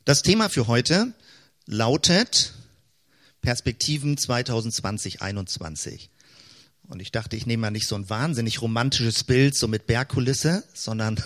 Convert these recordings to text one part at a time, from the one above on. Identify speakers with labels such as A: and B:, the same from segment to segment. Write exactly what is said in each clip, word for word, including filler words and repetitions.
A: Das Thema für heute lautet Perspektiven zwanzig zwanzig einundzwanzig. Und ich dachte, ich nehme mal nicht so ein wahnsinnig romantisches Bild, so mit Bergkulisse, sondern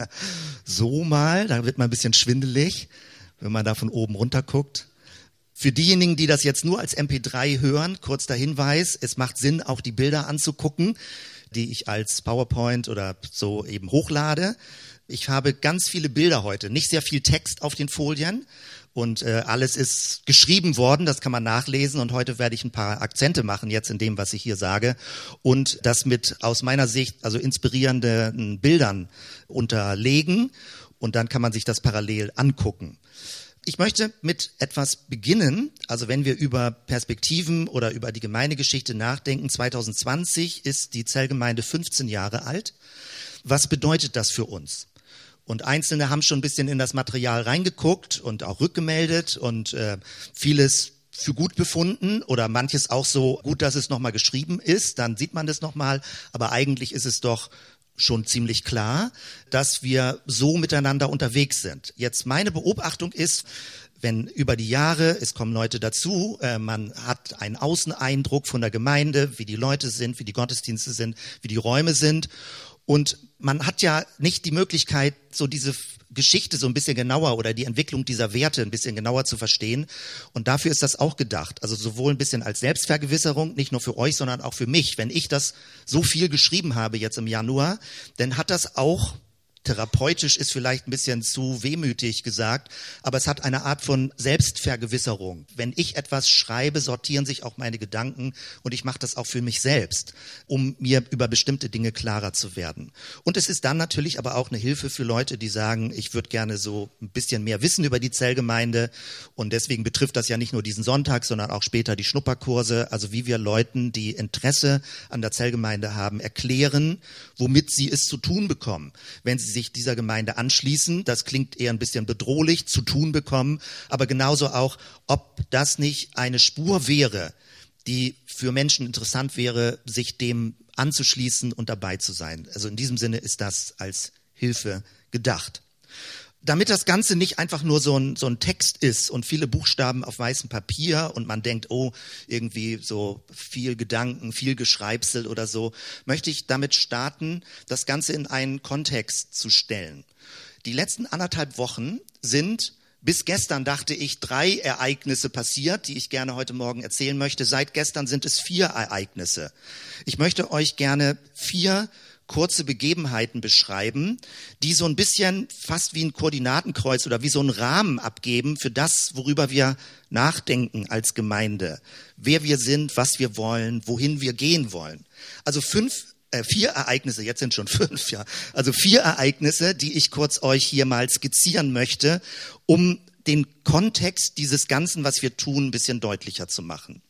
A: so mal, da wird man ein bisschen schwindelig, wenn man da von oben runter guckt. Für diejenigen, die das jetzt nur als M P drei hören, kurz der Hinweis, es macht Sinn, auch die Bilder anzugucken, die ich als PowerPoint oder so eben hochlade. Ich habe ganz viele Bilder heute, nicht sehr viel Text auf den Folien. Und äh, alles ist geschrieben worden, das kann man nachlesen. Und heute werde ich ein paar Akzente machen jetzt in dem, was ich hier sage. Und das mit aus meiner Sicht also inspirierenden Bildern unterlegen. Und dann kann man sich das parallel angucken. Ich möchte mit etwas beginnen. Also wenn wir über Perspektiven oder über die Gemeindegeschichte nachdenken, zwanzig zwanzig ist die Zellgemeinde fünfzehn Jahre alt. Was bedeutet das für uns? Und Einzelne haben schon ein bisschen in das Material reingeguckt und auch rückgemeldet und äh, vieles für gut befunden oder manches auch so gut, dass es nochmal geschrieben ist, dann sieht man das nochmal. Aber eigentlich ist es doch schon ziemlich klar, dass wir so miteinander unterwegs sind. Jetzt meine Beobachtung ist, wenn über die Jahre, es kommen Leute dazu, äh, man hat einen Außeneindruck von der Gemeinde, wie die Leute sind, wie die Gottesdienste sind, wie die Räume sind. Und man hat ja nicht die Möglichkeit, so diese Geschichte so ein bisschen genauer oder die Entwicklung dieser Werte ein bisschen genauer zu verstehen. Und dafür ist das auch gedacht. Also sowohl ein bisschen als Selbstvergewisserung, nicht nur für euch, sondern auch für mich. Wenn ich das so viel geschrieben habe jetzt im Januar, dann hat das auch, therapeutisch ist vielleicht ein bisschen zu wehmütig gesagt, aber es hat eine Art von Selbstvergewisserung. Wenn ich etwas schreibe, sortieren sich auch meine Gedanken und ich mache das auch für mich selbst, um mir über bestimmte Dinge klarer zu werden. Und es ist dann natürlich aber auch eine Hilfe für Leute, die sagen, ich würde gerne so ein bisschen mehr wissen über die Zellgemeinde und deswegen betrifft das ja nicht nur diesen Sonntag, sondern auch später die Schnupperkurse, also wie wir Leuten, die Interesse an der Zellgemeinde haben, erklären, womit sie es zu tun bekommen, wenn sie sich dieser Gemeinde anschließen. Das klingt eher ein bisschen bedrohlich, zu tun bekommen, aber genauso auch, ob das nicht eine Spur wäre, die für Menschen interessant wäre, sich dem anzuschließen und dabei zu sein. Also in diesem Sinne ist das als Hilfe gedacht. Damit das Ganze nicht einfach nur so ein, so ein Text ist und viele Buchstaben auf weißem Papier und man denkt, oh, irgendwie so viel Gedanken, viel Geschreibsel oder so, möchte ich damit starten, das Ganze in einen Kontext zu stellen. Die letzten anderthalb Wochen sind, bis gestern dachte ich, drei Ereignisse passiert, die ich gerne heute Morgen erzählen möchte. Seit gestern sind es vier Ereignisse. Ich möchte euch gerne vier kurze Begebenheiten beschreiben, die so ein bisschen fast wie ein Koordinatenkreuz oder wie so einen Rahmen abgeben für das, worüber wir nachdenken als Gemeinde. Wer wir sind, was wir wollen, wohin wir gehen wollen. Also fünf, äh, vier Ereignisse, jetzt sind schon fünf, ja. Also vier Ereignisse, die ich kurz euch hier mal skizzieren möchte, um den Kontext dieses Ganzen, was wir tun, ein bisschen deutlicher zu machen.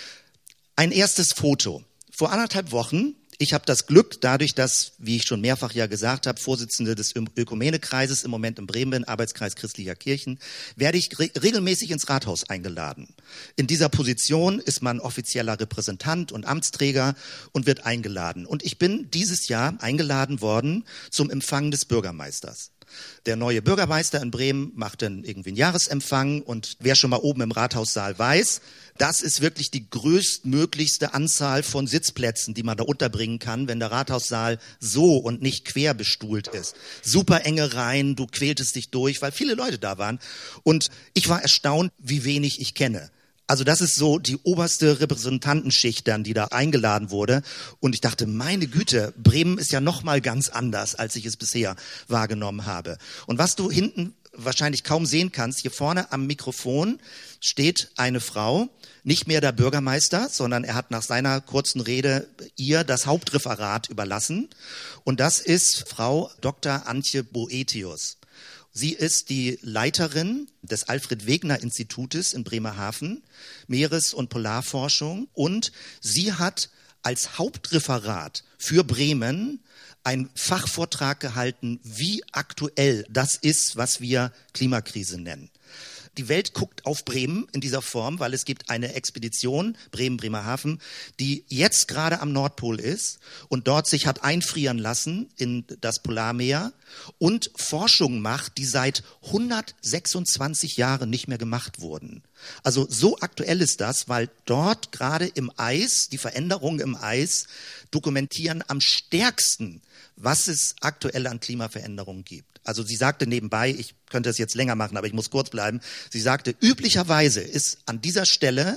A: Ein erstes Foto. Vor anderthalb Wochen, ich habe das Glück, dadurch, dass, wie ich schon mehrfach ja gesagt habe, Vorsitzende des Ökumenekreises im Moment in Bremen bin, Arbeitskreis christlicher Kirchen, werde ich re- regelmäßig ins Rathaus eingeladen. In dieser Position ist man offizieller Repräsentant und Amtsträger und wird eingeladen. Und ich bin dieses Jahr eingeladen worden zum Empfang des Bürgermeisters. Der neue Bürgermeister in Bremen macht dann irgendwie einen Jahresempfang und wer schon mal oben im Rathaussaal weiß, das ist wirklich die größtmöglichste Anzahl von Sitzplätzen, die man da unterbringen kann, wenn der Rathaussaal so und nicht quer bestuhlt ist. Super enge Reihen, du quältest dich durch, weil viele Leute da waren. Und ich war erstaunt, wie wenig ich kenne. Also das ist so die oberste Repräsentantenschicht dann, die da eingeladen wurde. Und ich dachte, meine Güte, Bremen ist ja noch mal ganz anders, als ich es bisher wahrgenommen habe. Und was du hinten wahrscheinlich kaum sehen kannst, hier vorne am Mikrofon steht eine Frau, nicht mehr der Bürgermeister, sondern er hat nach seiner kurzen Rede ihr das Hauptreferat überlassen. Und das ist Frau Doktor Antje Boetius. Sie ist die Leiterin des Alfred-Wegener-Institutes in Bremerhaven, Meeres- und Polarforschung. Und sie hat als Hauptreferat für Bremen einen Fachvortrag gehalten, wie aktuell das ist, was wir Klimakrise nennen. Die Welt guckt auf Bremen in dieser Form, weil es gibt eine Expedition, Bremen-Bremerhaven, die jetzt gerade am Nordpol ist und dort sich hat einfrieren lassen in das Polarmeer und Forschungen macht, die seit hundertsechsundzwanzig Jahren nicht mehr gemacht wurden. Also so aktuell ist das, weil dort gerade im Eis, die Veränderungen im Eis dokumentieren am stärksten, was es aktuell an Klimaveränderungen gibt. Also sie sagte nebenbei, ich könnte es jetzt länger machen, aber ich muss kurz bleiben. Sie sagte, üblicherweise ist an dieser Stelle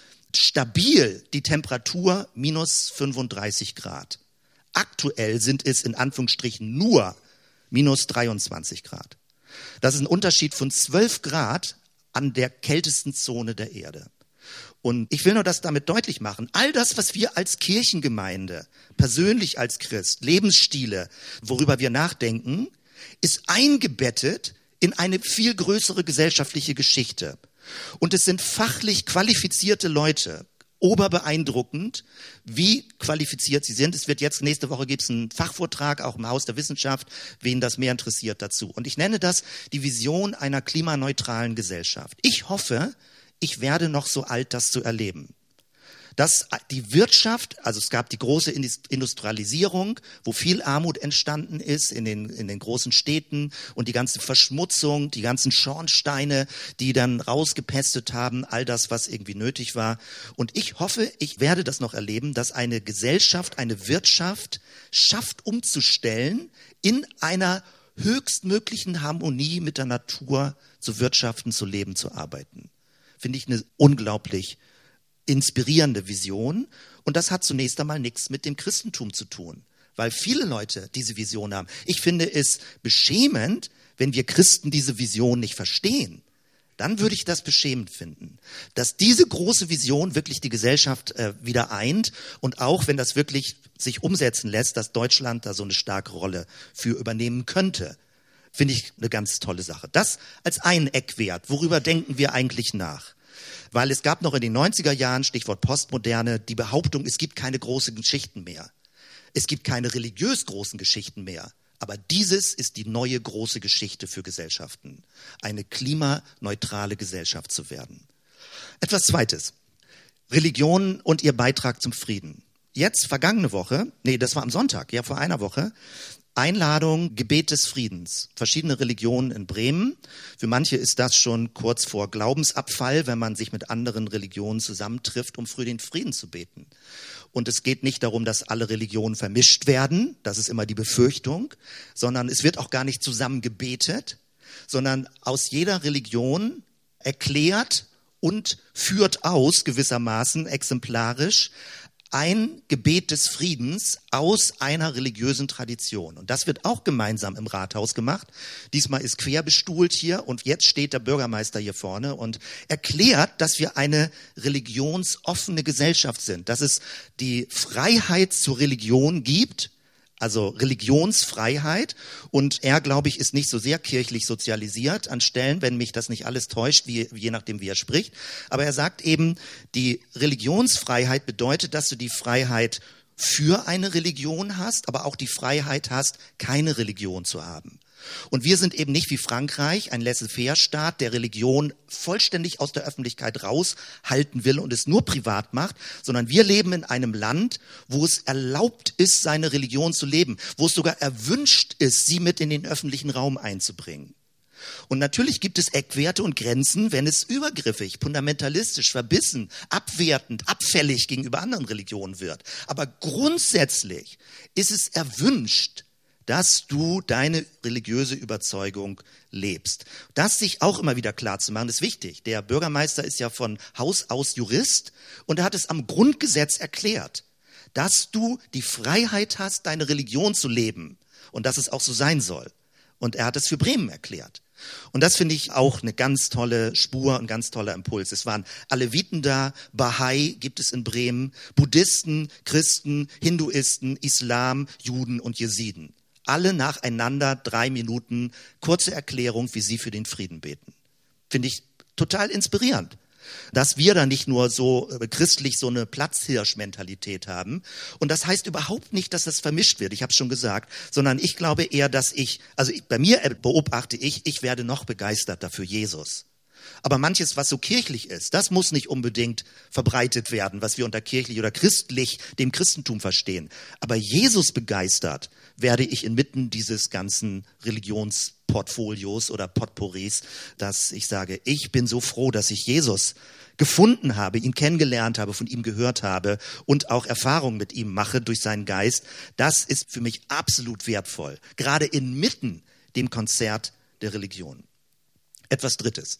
A: stabil die Temperatur minus fünfunddreißig Grad. Aktuell sind es in Anführungsstrichen nur minus dreiundzwanzig Grad. Das ist ein Unterschied von zwölf Grad an der kältesten Zone der Erde. Und ich will nur das damit deutlich machen. All das, was wir als Kirchengemeinde, persönlich als Christ, Lebensstile, worüber wir nachdenken, ist eingebettet in eine viel größere gesellschaftliche Geschichte. Und es sind fachlich qualifizierte Leute, oberbeeindruckend, wie qualifiziert sie sind. Es wird jetzt, nächste Woche gibt es einen Fachvortrag, auch im Haus der Wissenschaft, wen das mehr interessiert dazu. Und ich nenne das die Vision einer klimaneutralen Gesellschaft. Ich hoffe, ich werde noch so alt, das zu erleben. Dass die Wirtschaft, also es gab die große Industrialisierung, wo viel Armut entstanden ist in den, in den großen Städten und die ganze Verschmutzung, die ganzen Schornsteine, die dann rausgepestet haben, all das, was irgendwie nötig war. Und ich hoffe, ich werde das noch erleben, dass eine Gesellschaft, eine Wirtschaft schafft, umzustellen, in einer höchstmöglichen Harmonie mit der Natur zu wirtschaften, zu leben, zu arbeiten. Finde ich eine unglaublich inspirierende Vision. Und das hat zunächst einmal nichts mit dem Christentum zu tun, weil viele Leute diese Vision haben. Ich finde es beschämend, wenn wir Christen diese Vision nicht verstehen. Dann würde ich das beschämend finden, dass diese große Vision wirklich die Gesellschaft äh, wieder eint und auch, wenn das wirklich sich umsetzen lässt, dass Deutschland da so eine starke Rolle für übernehmen könnte. Finde ich eine ganz tolle Sache. Das als einen Eckwert. Worüber denken wir eigentlich nach? Weil es gab noch in den neunziger Jahren, Stichwort Postmoderne, die Behauptung, es gibt keine großen Geschichten mehr. Es gibt keine religiös großen Geschichten mehr. Aber dieses ist die neue große Geschichte für Gesellschaften. Eine klimaneutrale Gesellschaft zu werden. Etwas Zweites. Religion und ihr Beitrag zum Frieden. Jetzt, vergangene Woche, nee, das war am Sonntag, ja, vor einer Woche, Einladung, Gebet des Friedens. Verschiedene Religionen in Bremen. Für manche ist das schon kurz vor Glaubensabfall, wenn man sich mit anderen Religionen zusammentrifft, um für den Frieden zu beten. Und es geht nicht darum, dass alle Religionen vermischt werden. Das ist immer die Befürchtung. Sondern es wird auch gar nicht zusammen gebetet, sondern aus jeder Religion erklärt und führt aus, gewissermaßen exemplarisch, ein Gebet des Friedens aus einer religiösen Tradition. Und das wird auch gemeinsam im Rathaus gemacht. Diesmal ist querbestuhlt hier und jetzt steht der Bürgermeister hier vorne und erklärt, dass wir eine religionsoffene Gesellschaft sind, dass es die Freiheit zur Religion gibt, also Religionsfreiheit. Und er, glaube ich, ist nicht so sehr kirchlich sozialisiert an Stellen, wenn mich das nicht alles täuscht, wie, je nachdem, wie er spricht. Aber er sagt eben, die Religionsfreiheit bedeutet, dass du die Freiheit für eine Religion hast, aber auch die Freiheit hast, keine Religion zu haben. Und wir sind eben nicht wie Frankreich, ein Laissez-faire-Staat, der Religion vollständig aus der Öffentlichkeit raushalten will und es nur privat macht, sondern wir leben in einem Land, wo es erlaubt ist, seine Religion zu leben, wo es sogar erwünscht ist, sie mit in den öffentlichen Raum einzubringen. Und natürlich gibt es Eckwerte und Grenzen, wenn es übergriffig, fundamentalistisch, verbissen, abwertend, abfällig gegenüber anderen Religionen wird. Aber grundsätzlich ist es erwünscht, dass du deine religiöse Überzeugung lebst. Das sich auch immer wieder klar zu machen, ist wichtig. Der Bürgermeister ist ja von Haus aus Jurist und er hat es am Grundgesetz erklärt, dass du die Freiheit hast, deine Religion zu leben und dass es auch so sein soll. Und er hat es für Bremen erklärt. Und das finde ich auch eine ganz tolle Spur, ein ganz toller Impuls. Es waren Aleviten da, Bahai gibt es in Bremen, Buddhisten, Christen, Hinduisten, Islam, Juden und Jesiden. Alle nacheinander drei Minuten kurze Erklärung, wie sie für den Frieden beten. Finde ich total inspirierend. Dass wir da nicht nur so äh, christlich so eine Platzhirsch-Mentalität haben. Und das heißt überhaupt nicht, dass das vermischt wird, ich habe es schon gesagt, sondern ich glaube eher, dass ich, also ich, bei mir beobachte ich, ich werde noch begeisterter für Jesus. Aber manches, was so kirchlich ist, das muss nicht unbedingt verbreitet werden, was wir unter kirchlich oder christlich dem Christentum verstehen. Aber Jesus begeistert werde ich inmitten dieses ganzen Religionsportfolios oder Potpourris, dass ich sage, ich bin so froh, dass ich Jesus gefunden habe, ihn kennengelernt habe, von ihm gehört habe und auch Erfahrungen mit ihm mache durch seinen Geist. Das ist für mich absolut wertvoll, gerade inmitten dem Konzert der Religion. Etwas Drittes.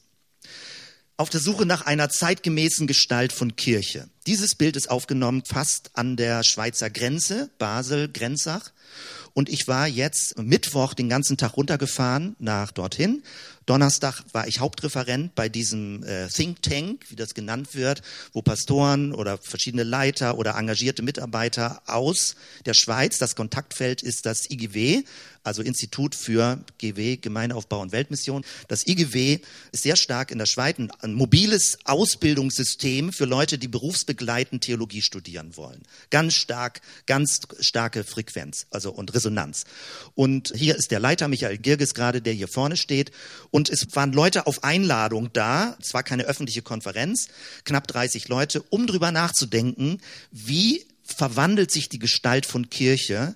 A: Auf der Suche nach einer zeitgemäßen Gestalt von Kirche. Dieses Bild ist aufgenommen fast an der Schweizer Grenze, Basel, Grenzach. Und ich war jetzt Mittwoch den ganzen Tag runtergefahren nach dorthin. Donnerstag war ich Hauptreferent bei diesem äh, Think Tank, wie das genannt wird, wo Pastoren oder verschiedene Leiter oder engagierte Mitarbeiter aus der Schweiz, das Kontaktfeld ist das I G W, also Institut für G W, Gemeindeaufbau und Weltmission. Das I G W ist sehr stark in der Schweiz, ein mobiles Ausbildungssystem für Leute, die berufsbegleitend Theologie studieren wollen. Ganz stark, ganz starke Frequenz, also und Resonanz. Und hier ist der Leiter Michael Girges gerade, der hier vorne steht. Und es waren Leute auf Einladung da, es war keine öffentliche Konferenz, knapp dreißig Leute, um drüber nachzudenken, wie verwandelt sich die Gestalt von Kirche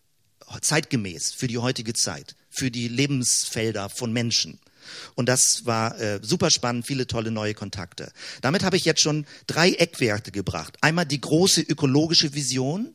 A: zeitgemäß für die heutige Zeit, für die Lebensfelder von Menschen. Und das war äh, super spannend, viele tolle neue Kontakte. Damit habe ich jetzt schon drei Eckwerte gebracht. Einmal die große ökologische Vision,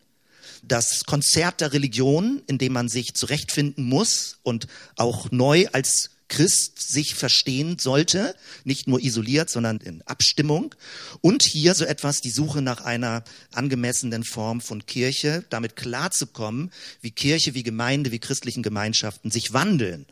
A: das Konzert der Religion, in dem man sich zurechtfinden muss und auch neu als Christ sich verstehen sollte, nicht nur isoliert, sondern in Abstimmung. Und hier so etwas, die Suche nach einer angemessenen Form von Kirche, damit klarzukommen, wie Kirche, wie Gemeinde, wie christlichen Gemeinschaften sich wandeln.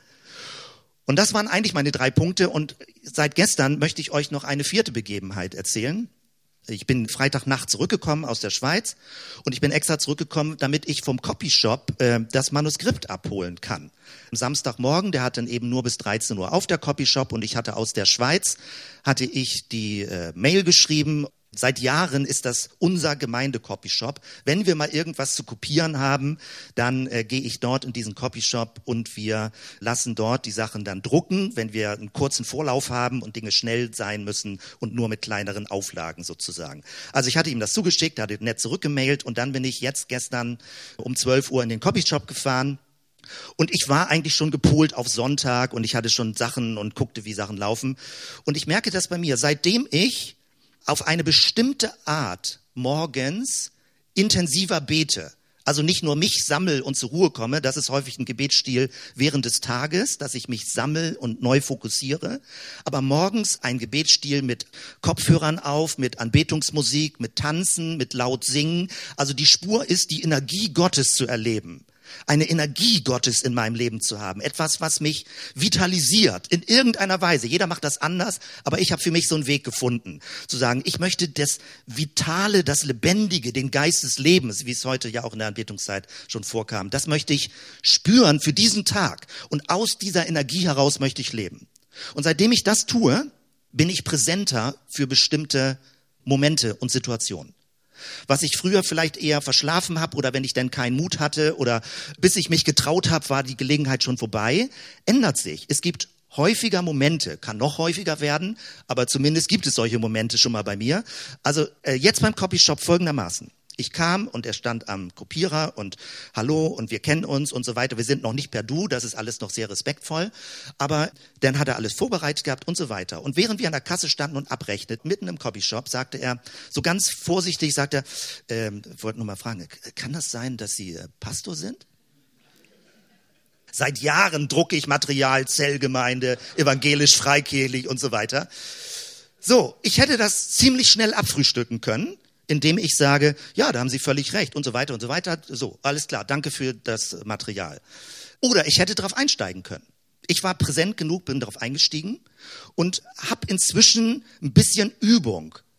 A: Und das waren eigentlich meine drei Punkte. Und seit gestern möchte ich euch noch eine vierte Begebenheit erzählen. Ich bin Freitagnacht zurückgekommen aus der Schweiz und ich bin extra zurückgekommen, damit ich vom Copyshop äh, das Manuskript abholen kann. Am Samstagmorgen, der hat dann eben nur bis dreizehn Uhr auf der Copyshop und ich hatte aus der Schweiz, hatte ich die äh, Mail geschrieben. Seit Jahren ist das unser Gemeinde-Copyshop. Wenn wir mal irgendwas zu kopieren haben, dann äh, gehe ich dort in diesen Copyshop und wir lassen dort die Sachen dann drucken, wenn wir einen kurzen Vorlauf haben und Dinge schnell sein müssen und nur mit kleineren Auflagen sozusagen. Also ich hatte ihm das zugeschickt, er hatte nett zurückgemailt und dann bin ich jetzt gestern um zwölf Uhr in den Copyshop gefahren. Und ich war eigentlich schon gepolt auf Sonntag und ich hatte schon Sachen und guckte, wie Sachen laufen. Und ich merke das bei mir, seitdem ich auf eine bestimmte Art morgens intensiver bete, also nicht nur mich sammel und zur Ruhe komme, das ist häufig ein Gebetsstil während des Tages, dass ich mich sammel und neu fokussiere, aber morgens ein Gebetsstil mit Kopfhörern auf, mit Anbetungsmusik, mit Tanzen, mit laut Singen, also die Spur ist, die Energie Gottes zu erleben. Eine Energie Gottes in meinem Leben zu haben. Etwas, was mich vitalisiert in irgendeiner Weise. Jeder macht das anders, aber ich habe für mich so einen Weg gefunden. Zu sagen, ich möchte das Vitale, das Lebendige, den Geist des Lebens, wie es heute ja auch in der Anbetungszeit schon vorkam, das möchte ich spüren für diesen Tag. Und aus dieser Energie heraus möchte ich leben. Und seitdem ich das tue, bin ich präsenter für bestimmte Momente und Situationen. Was ich früher vielleicht eher verschlafen habe oder wenn ich dann keinen Mut hatte oder bis ich mich getraut habe, war die Gelegenheit schon vorbei, ändert sich. Es gibt häufiger Momente, kann noch häufiger werden, aber zumindest gibt es solche Momente schon mal bei mir. Also äh, jetzt beim Copyshop folgendermaßen. Ich kam und er stand am Kopierer und hallo und wir kennen uns und so weiter. Wir sind noch nicht per Du, das ist alles noch sehr respektvoll. Aber dann hat er alles vorbereitet gehabt und so weiter. Und während wir an der Kasse standen und abrechnet, mitten im Copyshop, sagte er, so ganz vorsichtig, sagte er, ähm, wollte nur mal fragen, kann das sein, dass Sie äh, Pastor sind? Seit Jahren drucke ich Material, Zellgemeinde, evangelisch, freikirchlich und so weiter. So, ich hätte das ziemlich schnell abfrühstücken können, indem ich sage, ja, da haben Sie völlig recht und so weiter und so weiter. So, alles klar, danke für das Material. Oder ich hätte darauf einsteigen können. Ich war präsent genug, bin darauf eingestiegen und habe inzwischen ein bisschen Übung,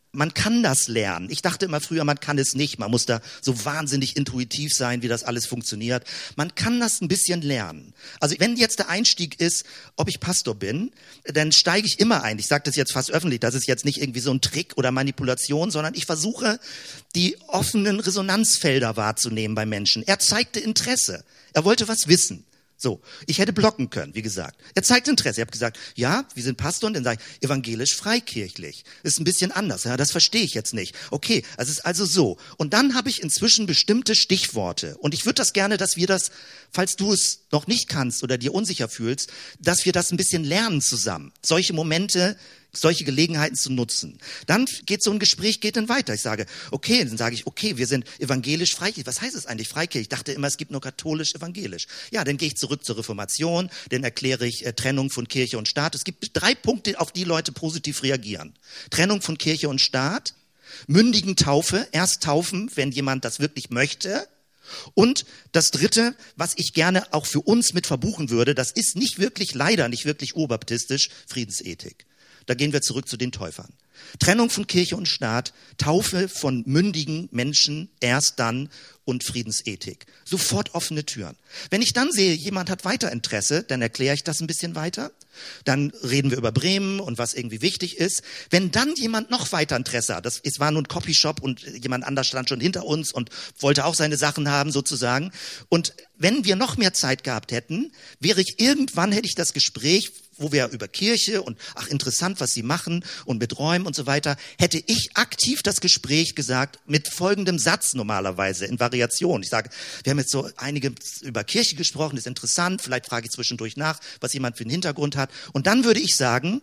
A: Man kann das lernen. Ich dachte immer früher, man kann es nicht. Man muss da so wahnsinnig intuitiv sein, wie das alles funktioniert. Man kann das ein bisschen lernen. Also wenn jetzt der Einstieg ist, ob ich Pastor bin, dann steige ich immer ein. Ich sage das jetzt fast öffentlich. Das ist jetzt nicht irgendwie so ein Trick oder Manipulation, sondern ich versuche, die offenen Resonanzfelder wahrzunehmen bei Menschen. Er zeigte Interesse. Er wollte was wissen. So, ich hätte blocken können, wie gesagt. Er zeigt Interesse. Ich habe gesagt, ja, wir sind Pastor, und dann sage ich, evangelisch-freikirchlich. Ist ein bisschen anders, ja, das verstehe ich jetzt nicht. Okay, es ist also so. Und dann habe ich inzwischen bestimmte Stichworte. Und ich würde das gerne, dass wir das, falls du es noch nicht kannst oder dir unsicher fühlst, dass wir das ein bisschen lernen zusammen. Solche Momente, solche Gelegenheiten zu nutzen. Dann geht so ein Gespräch, geht dann weiter. Ich sage, okay, dann sage ich, okay, wir sind evangelisch freikirchlich. Was heißt es eigentlich freikirchlich? Ich dachte immer, es gibt nur katholisch evangelisch. Ja, dann gehe ich zurück zur Reformation, dann erkläre ich äh, Trennung von Kirche und Staat. Es gibt drei Punkte, auf die Leute positiv reagieren. Trennung von Kirche und Staat, mündigen Taufe, erst taufen, wenn jemand das wirklich möchte. Und das Dritte, was ich gerne auch für uns mit verbuchen würde, das ist nicht wirklich, leider nicht wirklich urbaptistisch, Friedensethik. Da gehen wir zurück zu den Täufern. Trennung von Kirche und Staat, Taufe von mündigen Menschen erst dann und Friedensethik. Sofort offene Türen. Wenn ich dann sehe, jemand hat weiter Interesse, dann erkläre ich das ein bisschen weiter. Dann reden wir über Bremen und was irgendwie wichtig ist. Wenn dann jemand noch weiter Interesse hat, das, es war nun ein Copyshop und jemand anders stand schon hinter uns und wollte auch seine Sachen haben sozusagen. Und wenn wir noch mehr Zeit gehabt hätten, wäre ich irgendwann, hätte ich das Gespräch, wo wir über Kirche und ach interessant, was sie machen und mit Räumen und so weiter, hätte ich aktiv das Gespräch gesagt mit folgendem Satz normalerweise in Variation. Ich sage, wir haben jetzt so einige über Kirche gesprochen, ist interessant, vielleicht frage ich zwischendurch nach, was jemand für einen Hintergrund hat. Und dann würde ich sagen,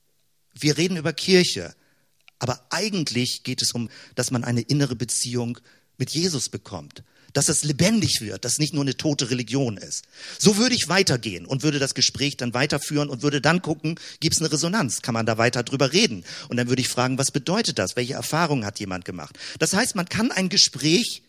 A: wir reden über Kirche, aber eigentlich geht es um, dass man eine innere Beziehung mit Jesus bekommt. Dass es lebendig wird, dass es nicht nur eine tote Religion ist. So würde ich weitergehen und würde das Gespräch dann weiterführen und würde dann gucken, gibt es eine Resonanz? Kann man da weiter drüber reden? Und dann würde ich fragen, was bedeutet das? Welche Erfahrungen hat jemand gemacht? Das heißt, man kann ein Gespräch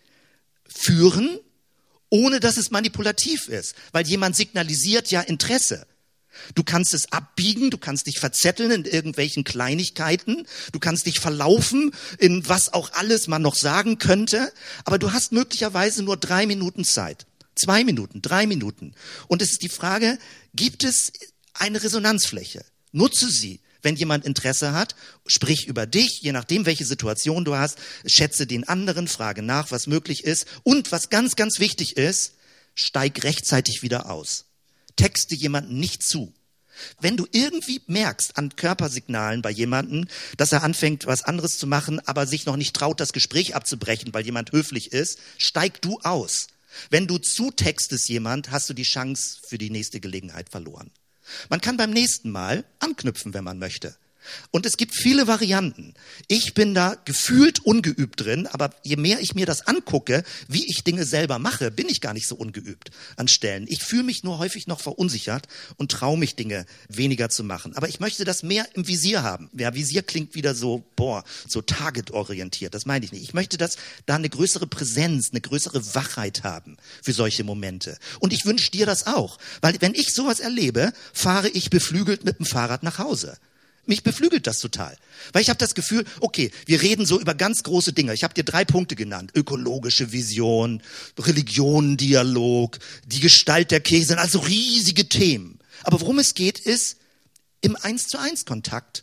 A: führen, ohne dass es manipulativ ist, weil jemand signalisiert ja Interesse. Du kannst es abbiegen, du kannst dich verzetteln in irgendwelchen Kleinigkeiten, du kannst dich verlaufen in was auch alles man noch sagen könnte, aber du hast möglicherweise nur drei Minuten Zeit, zwei Minuten, drei Minuten. Und es ist die Frage, gibt es eine Resonanzfläche? Nutze sie, wenn jemand Interesse hat, sprich über dich, je nachdem, welche Situation du hast, schätze den anderen, frage nach, was möglich ist und was ganz, ganz wichtig ist, steig rechtzeitig wieder aus. Texte jemanden nicht zu. Wenn du irgendwie merkst an Körpersignalen bei jemandem, dass er anfängt, was anderes zu machen, aber sich noch nicht traut, das Gespräch abzubrechen, weil jemand höflich ist, steig du aus. Wenn du zutextest jemand, hast du die Chance für die nächste Gelegenheit verloren. Man kann beim nächsten Mal anknüpfen, wenn man möchte. Und es gibt viele Varianten. Ich bin da gefühlt ungeübt drin, aber je mehr ich mir das angucke, wie ich Dinge selber mache, bin ich gar nicht so ungeübt an Stellen. Ich fühle mich nur häufig noch verunsichert und traue mich, Dinge weniger zu machen. Aber ich möchte das mehr im Visier haben. Ja, Visier klingt wieder so, boah, so targetorientiert. Das meine ich nicht. Ich möchte, dass da eine größere Präsenz, eine größere Wachheit haben für solche Momente. Und ich wünsche dir das auch. Weil wenn ich sowas erlebe, fahre ich beflügelt mit dem Fahrrad nach Hause. Mich beflügelt das total. Weil ich habe das Gefühl, okay, wir reden so über ganz große Dinge. Ich habe dir drei Punkte genannt. Ökologische Vision, Religionendialog, die Gestalt der Kirche sind also riesige Themen. Aber worum es geht, ist, im eins zu eins Kontakt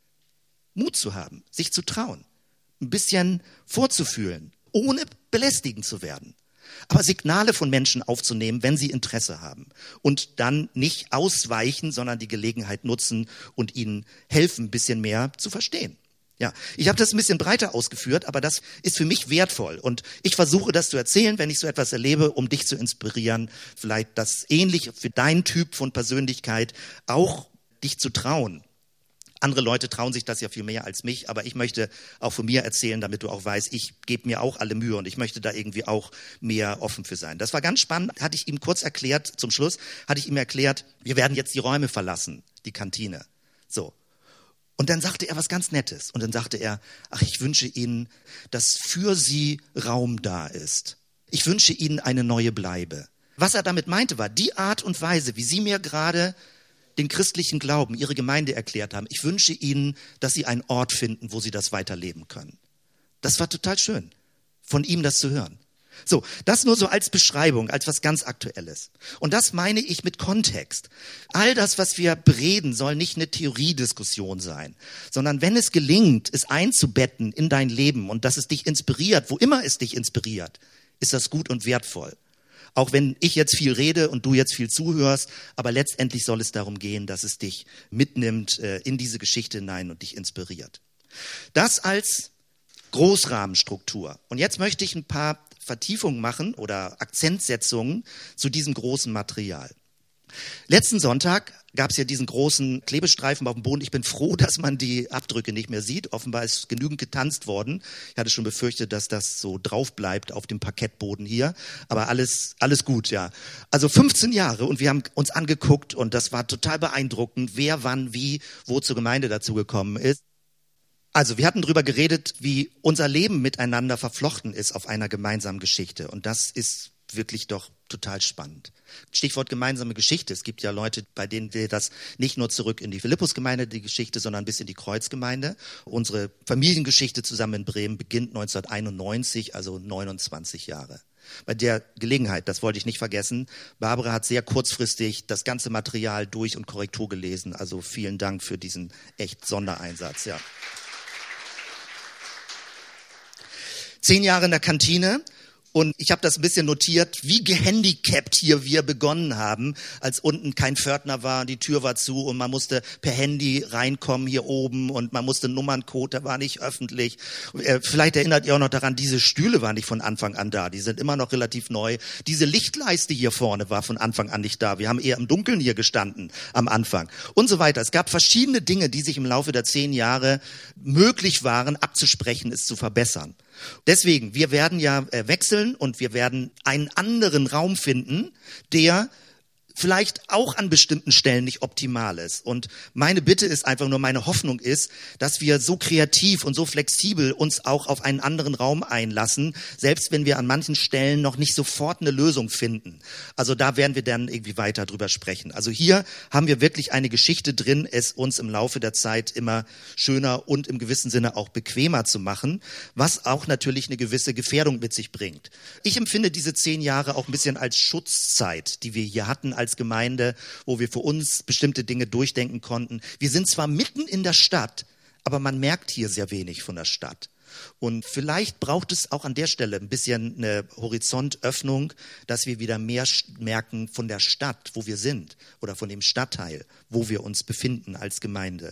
A: Mut zu haben, sich zu trauen, ein bisschen vorzufühlen, ohne belästigend zu werden. Aber Signale von Menschen aufzunehmen, wenn sie Interesse haben. Und dann nicht ausweichen, sondern die Gelegenheit nutzen und ihnen helfen, ein bisschen mehr zu verstehen. Ja, ich habe das ein bisschen breiter ausgeführt, aber das ist für mich wertvoll. Und ich versuche das zu erzählen, wenn ich so etwas erlebe, um dich zu inspirieren, vielleicht das ähnlich für deinen Typ von Persönlichkeit auch dich zu trauen. Andere Leute trauen sich das ja viel mehr als mich, aber ich möchte auch von mir erzählen, damit du auch weißt, ich gebe mir auch alle Mühe und ich möchte da irgendwie auch mehr offen für sein. Das war ganz spannend, hatte ich ihm kurz erklärt, zum Schluss hatte ich ihm erklärt, wir werden jetzt die Räume verlassen, die Kantine. So. Und dann sagte er was ganz Nettes und dann sagte er, ach, ich wünsche Ihnen, dass für Sie Raum da ist. Ich wünsche Ihnen eine neue Bleibe. Was er damit meinte war, die Art und Weise, wie Sie mir gerade den christlichen Glauben, ihre Gemeinde erklärt haben. Ich wünsche ihnen, dass sie einen Ort finden, wo sie das weiterleben können. Das war total schön, von ihm das zu hören. So, das nur so als Beschreibung, als was ganz Aktuelles. Und das meine ich mit Kontext. All das, was wir bereden, soll nicht eine Theoriediskussion sein, sondern wenn es gelingt, es einzubetten in dein Leben und dass es dich inspiriert, wo immer es dich inspiriert, ist das gut und wertvoll. Auch wenn ich jetzt viel rede und du jetzt viel zuhörst, aber letztendlich soll es darum gehen, dass es dich mitnimmt äh, in diese Geschichte hinein und dich inspiriert. Das als Großrahmenstruktur. Und jetzt möchte ich ein paar Vertiefungen machen oder Akzentsetzungen zu diesem großen Material. Letzten Sonntag gab es ja diesen großen Klebestreifen auf dem Boden. Ich bin froh, dass man die Abdrücke nicht mehr sieht. Offenbar ist genügend getanzt worden. Ich hatte schon befürchtet, dass das so drauf bleibt auf dem Parkettboden hier. Aber alles, alles gut, ja. Also fünfzehn Jahre und wir haben uns angeguckt und das war total beeindruckend, wer wann wie wo zur Gemeinde dazu gekommen ist. Also wir hatten darüber geredet, wie unser Leben miteinander verflochten ist auf einer gemeinsamen Geschichte. Und das ist wirklich doch total spannend. Stichwort gemeinsame Geschichte. Es gibt ja Leute, bei denen wir das nicht nur zurück in die Philippusgemeinde, die Geschichte, sondern bis in die Kreuzgemeinde. Unsere Familiengeschichte zusammen in Bremen beginnt neunzehnhunderteinundneunzig, also neunundzwanzig Jahre. Bei der Gelegenheit, das wollte ich nicht vergessen, Barbara hat sehr kurzfristig das ganze Material durch und Korrektur gelesen. Also vielen Dank für diesen echt Sondereinsatz, ja. Zehn Jahre in der Kantine und ich habe das ein bisschen notiert, wie gehandicapt hier wir begonnen haben, als unten kein Pförtner war, die Tür war zu und man musste per Handy reinkommen hier oben und man musste Nummerncode, der war nicht öffentlich. Vielleicht erinnert ihr auch noch daran, diese Stühle waren nicht von Anfang an da, die sind immer noch relativ neu. Diese Lichtleiste hier vorne war von Anfang an nicht da, wir haben eher im Dunkeln hier gestanden am Anfang und so weiter. Es gab verschiedene Dinge, die sich im Laufe der zehn Jahre möglich waren, abzusprechen, es zu verbessern. Deswegen, wir werden ja äh, wechseln und wir werden einen anderen Raum finden, der vielleicht auch an bestimmten Stellen nicht optimal ist. Und meine Bitte ist einfach nur, meine Hoffnung ist, dass wir so kreativ und so flexibel uns auch auf einen anderen Raum einlassen, selbst wenn wir an manchen Stellen noch nicht sofort eine Lösung finden. Also da werden wir dann irgendwie weiter drüber sprechen. Also hier haben wir wirklich eine Geschichte drin, es uns im Laufe der Zeit immer schöner und im gewissen Sinne auch bequemer zu machen, was auch natürlich eine gewisse Gefährdung mit sich bringt. Ich empfinde diese zehn Jahre auch ein bisschen als Schutzzeit, die wir hier hatten als Gemeinde, wo wir für uns bestimmte Dinge durchdenken konnten. Wir sind zwar mitten in der Stadt, aber man merkt hier sehr wenig von der Stadt. Und vielleicht braucht es auch an der Stelle ein bisschen eine Horizontöffnung, dass wir wieder mehr merken von der Stadt, wo wir sind, oder von dem Stadtteil, wo wir uns befinden als Gemeinde.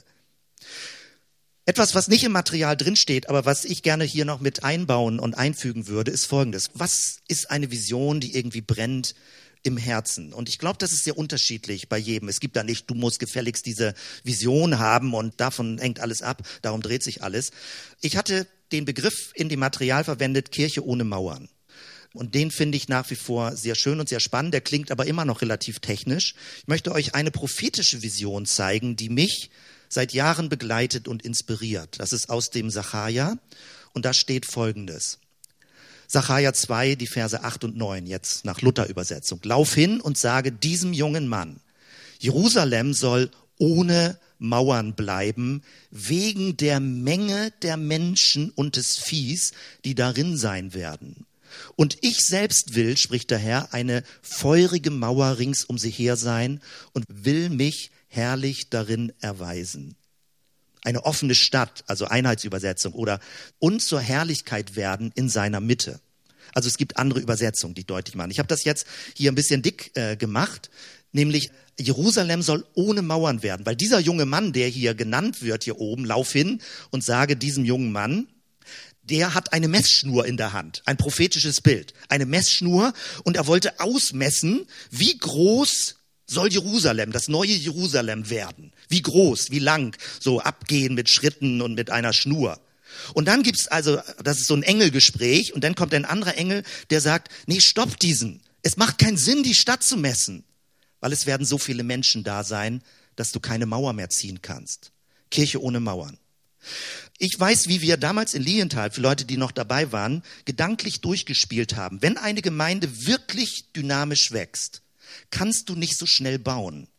A: Etwas, was nicht im Material drinsteht, aber was ich gerne hier noch mit einbauen und einfügen würde, ist Folgendes. Was ist eine Vision, die irgendwie brennt im Herzen? Und ich glaube, das ist sehr unterschiedlich bei jedem. Es gibt da nicht, du musst gefälligst diese Vision haben und davon hängt alles ab, darum dreht sich alles. Ich hatte den Begriff in dem Material verwendet, Kirche ohne Mauern. Und den finde ich nach wie vor sehr schön und sehr spannend. Der klingt aber immer noch relativ technisch. Ich möchte euch eine prophetische Vision zeigen, die mich seit Jahren begleitet und inspiriert. Das ist aus dem Sacharja und da steht Folgendes. Sacharja zwei, die Verse acht und neun, jetzt nach Luther-Übersetzung. Lauf hin und sage diesem jungen Mann, Jerusalem soll ohne Mauern bleiben, wegen der Menge der Menschen und des Viehs, die darin sein werden. Und ich selbst will, spricht der Herr, eine feurige Mauer rings um sie her sein und will mich herrlich darin erweisen. Eine offene Stadt, also Einheitsübersetzung, oder und zur Herrlichkeit werden in seiner Mitte. Also es gibt andere Übersetzungen, die deutlich machen. Ich habe das jetzt hier ein bisschen dick äh, gemacht, nämlich Jerusalem soll ohne Mauern werden, weil dieser junge Mann, der hier genannt wird, hier oben, lauf hin und sage diesem jungen Mann, der hat eine Messschnur in der Hand, ein prophetisches Bild, eine Messschnur und er wollte ausmessen, wie groß soll Jerusalem, das neue Jerusalem werden. Wie groß, wie lang, so abgehen mit Schritten und mit einer Schnur. Und dann gibt's also, das ist so ein Engelgespräch und dann kommt ein anderer Engel, der sagt, nee, stopp diesen. Es macht keinen Sinn, die Stadt zu messen, weil es werden so viele Menschen da sein, dass du keine Mauer mehr ziehen kannst. Kirche ohne Mauern. Ich weiß, wie wir damals in Lilienthal, für Leute, die noch dabei waren, gedanklich durchgespielt haben. Wenn eine Gemeinde wirklich dynamisch wächst, kannst du nicht so schnell bauen,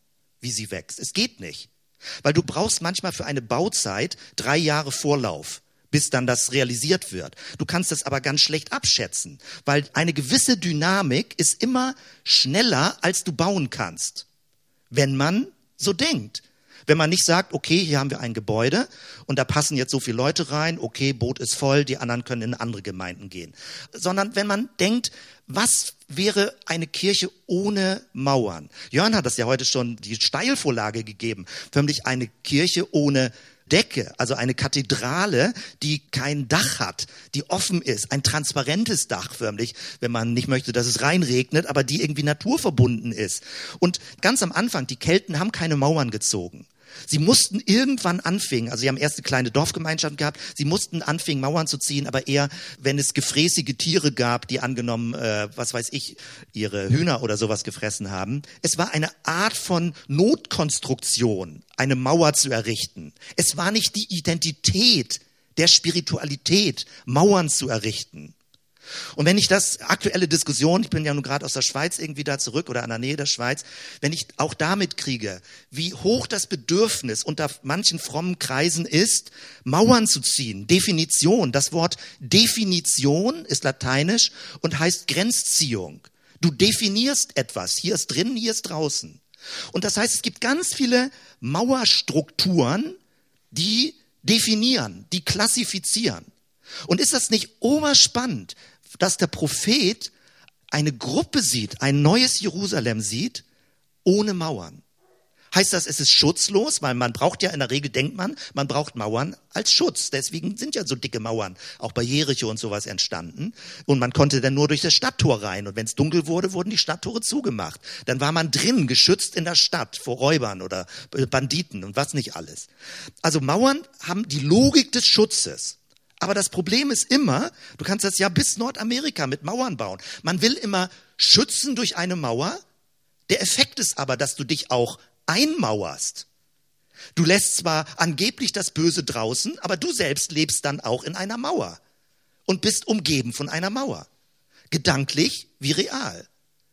A: wie sie wächst. Es geht nicht. Weil du brauchst manchmal für eine Bauzeit drei Jahre Vorlauf, bis dann das realisiert wird. Du kannst das aber ganz schlecht abschätzen, weil eine gewisse Dynamik ist immer schneller, als du bauen kannst, wenn man so denkt. Wenn man nicht sagt, okay, hier haben wir ein Gebäude und da passen jetzt so viele Leute rein, okay, Boot ist voll, die anderen können in andere Gemeinden gehen. Sondern wenn man denkt, was wäre eine Kirche ohne Mauern? Jörn hat das ja heute schon die Steilvorlage gegeben, förmlich eine Kirche ohne Decke, also eine Kathedrale, die kein Dach hat, die offen ist, ein transparentes Dach förmlich, wenn man nicht möchte, dass es reinregnet, aber die irgendwie naturverbunden ist. Und ganz am Anfang, die Kelten haben keine Mauern gezogen. Sie mussten irgendwann anfangen, also sie haben erste kleine Dorfgemeinschaften gehabt, sie mussten anfangen, Mauern zu ziehen, aber eher, wenn es gefräßige Tiere gab, die angenommen, äh, was weiß ich, ihre Hühner oder sowas gefressen haben. Es war eine Art von Notkonstruktion, eine Mauer zu errichten. Es war nicht die Identität der Spiritualität, Mauern zu errichten. Und wenn ich das, aktuelle Diskussion, ich bin ja nun gerade aus der Schweiz irgendwie da zurück oder an der Nähe der Schweiz, wenn ich auch damit kriege, wie hoch das Bedürfnis unter manchen frommen Kreisen ist, Mauern zu ziehen, Definition, das Wort Definition ist lateinisch und heißt Grenzziehung. Du definierst etwas, hier ist drin, hier ist draußen. Und das heißt, es gibt ganz viele Mauerstrukturen, die definieren, die klassifizieren. Und ist das nicht oberspannend, dass der Prophet eine Gruppe sieht, ein neues Jerusalem sieht, ohne Mauern? Heißt das, es ist schutzlos? Weil man braucht ja, in der Regel denkt man, man braucht Mauern als Schutz. Deswegen sind ja so dicke Mauern, auch bei Jericho und sowas entstanden. Und man konnte dann nur durch das Stadttor rein. Und wenn es dunkel wurde, wurden die Stadttore zugemacht. Dann war man drin, geschützt in der Stadt vor Räubern oder Banditen und was nicht alles. Also Mauern haben die Logik des Schutzes. Aber das Problem ist immer, du kannst das ja bis Nordamerika mit Mauern bauen. Man will immer schützen durch eine Mauer. Der Effekt ist aber, dass du dich auch einmauerst. Du lässt zwar angeblich das Böse draußen, aber du selbst lebst dann auch in einer Mauer und bist umgeben von einer Mauer. Gedanklich wie real.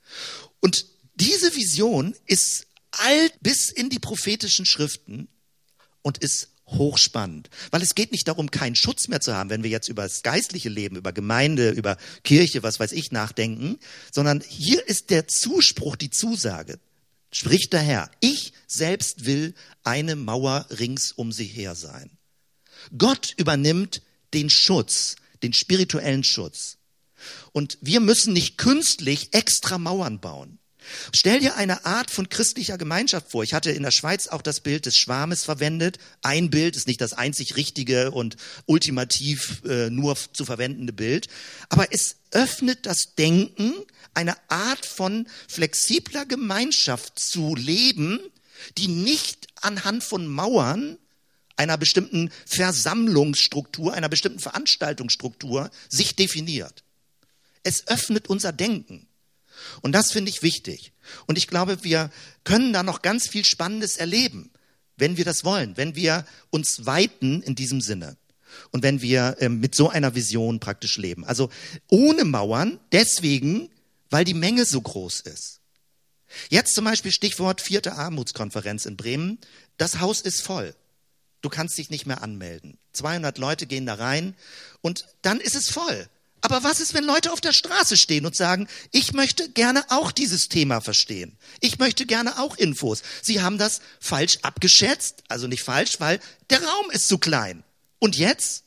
A: Und diese Vision ist alt bis in die prophetischen Schriften und ist hochspannend, weil es geht nicht darum, keinen Schutz mehr zu haben, wenn wir jetzt über das geistliche Leben, über Gemeinde, über Kirche, was weiß ich, nachdenken, sondern hier ist der Zuspruch, die Zusage, spricht der Herr, ich selbst will eine Mauer rings um sie her sein. Gott übernimmt den Schutz, den spirituellen Schutz. Und wir müssen nicht künstlich extra Mauern bauen. Stell dir eine Art von christlicher Gemeinschaft vor. Ich hatte in der Schweiz auch das Bild des Schwarmes verwendet. Ein Bild ist nicht das einzig richtige und ultimativ äh, nur zu verwendende Bild. Aber es öffnet das Denken, eine Art von flexibler Gemeinschaft zu leben, die nicht anhand von Mauern einer bestimmten Versammlungsstruktur, einer bestimmten Veranstaltungsstruktur sich definiert. Es öffnet unser Denken. Und das finde ich wichtig. Und ich glaube, wir können da noch ganz viel Spannendes erleben, wenn wir das wollen, wenn wir uns weiten in diesem Sinne und wenn wir äh, mit so einer Vision praktisch leben. Also ohne Mauern, deswegen, weil die Menge so groß ist. Jetzt zum Beispiel Stichwort vierte Armutskonferenz in Bremen. Das Haus ist voll. Du kannst dich nicht mehr anmelden. zweihundert Leute gehen da rein und dann ist es voll. Aber was ist, wenn Leute auf der Straße stehen und sagen, ich möchte gerne auch dieses Thema verstehen. Ich möchte gerne auch Infos. Sie haben das falsch abgeschätzt, also nicht falsch, weil der Raum ist zu klein. Und jetzt?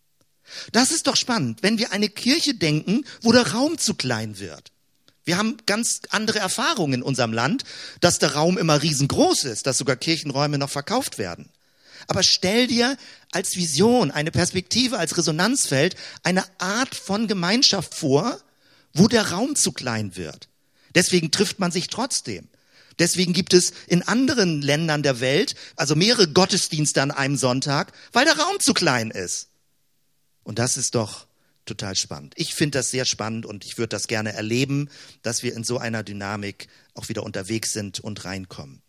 A: Das ist doch spannend, wenn wir eine Kirche denken, wo der Raum zu klein wird. Wir haben ganz andere Erfahrungen in unserem Land, dass der Raum immer riesengroß ist, dass sogar Kirchenräume noch verkauft werden. Aber stell dir als Vision, eine Perspektive, als Resonanzfeld eine Art von Gemeinschaft vor, wo der Raum zu klein wird. Deswegen trifft man sich trotzdem. Deswegen gibt es in anderen Ländern der Welt, also mehrere Gottesdienste an einem Sonntag, weil der Raum zu klein ist. Und das ist doch total spannend. Ich finde das sehr spannend und ich würde das gerne erleben, dass wir in so einer Dynamik auch wieder unterwegs sind und reinkommen.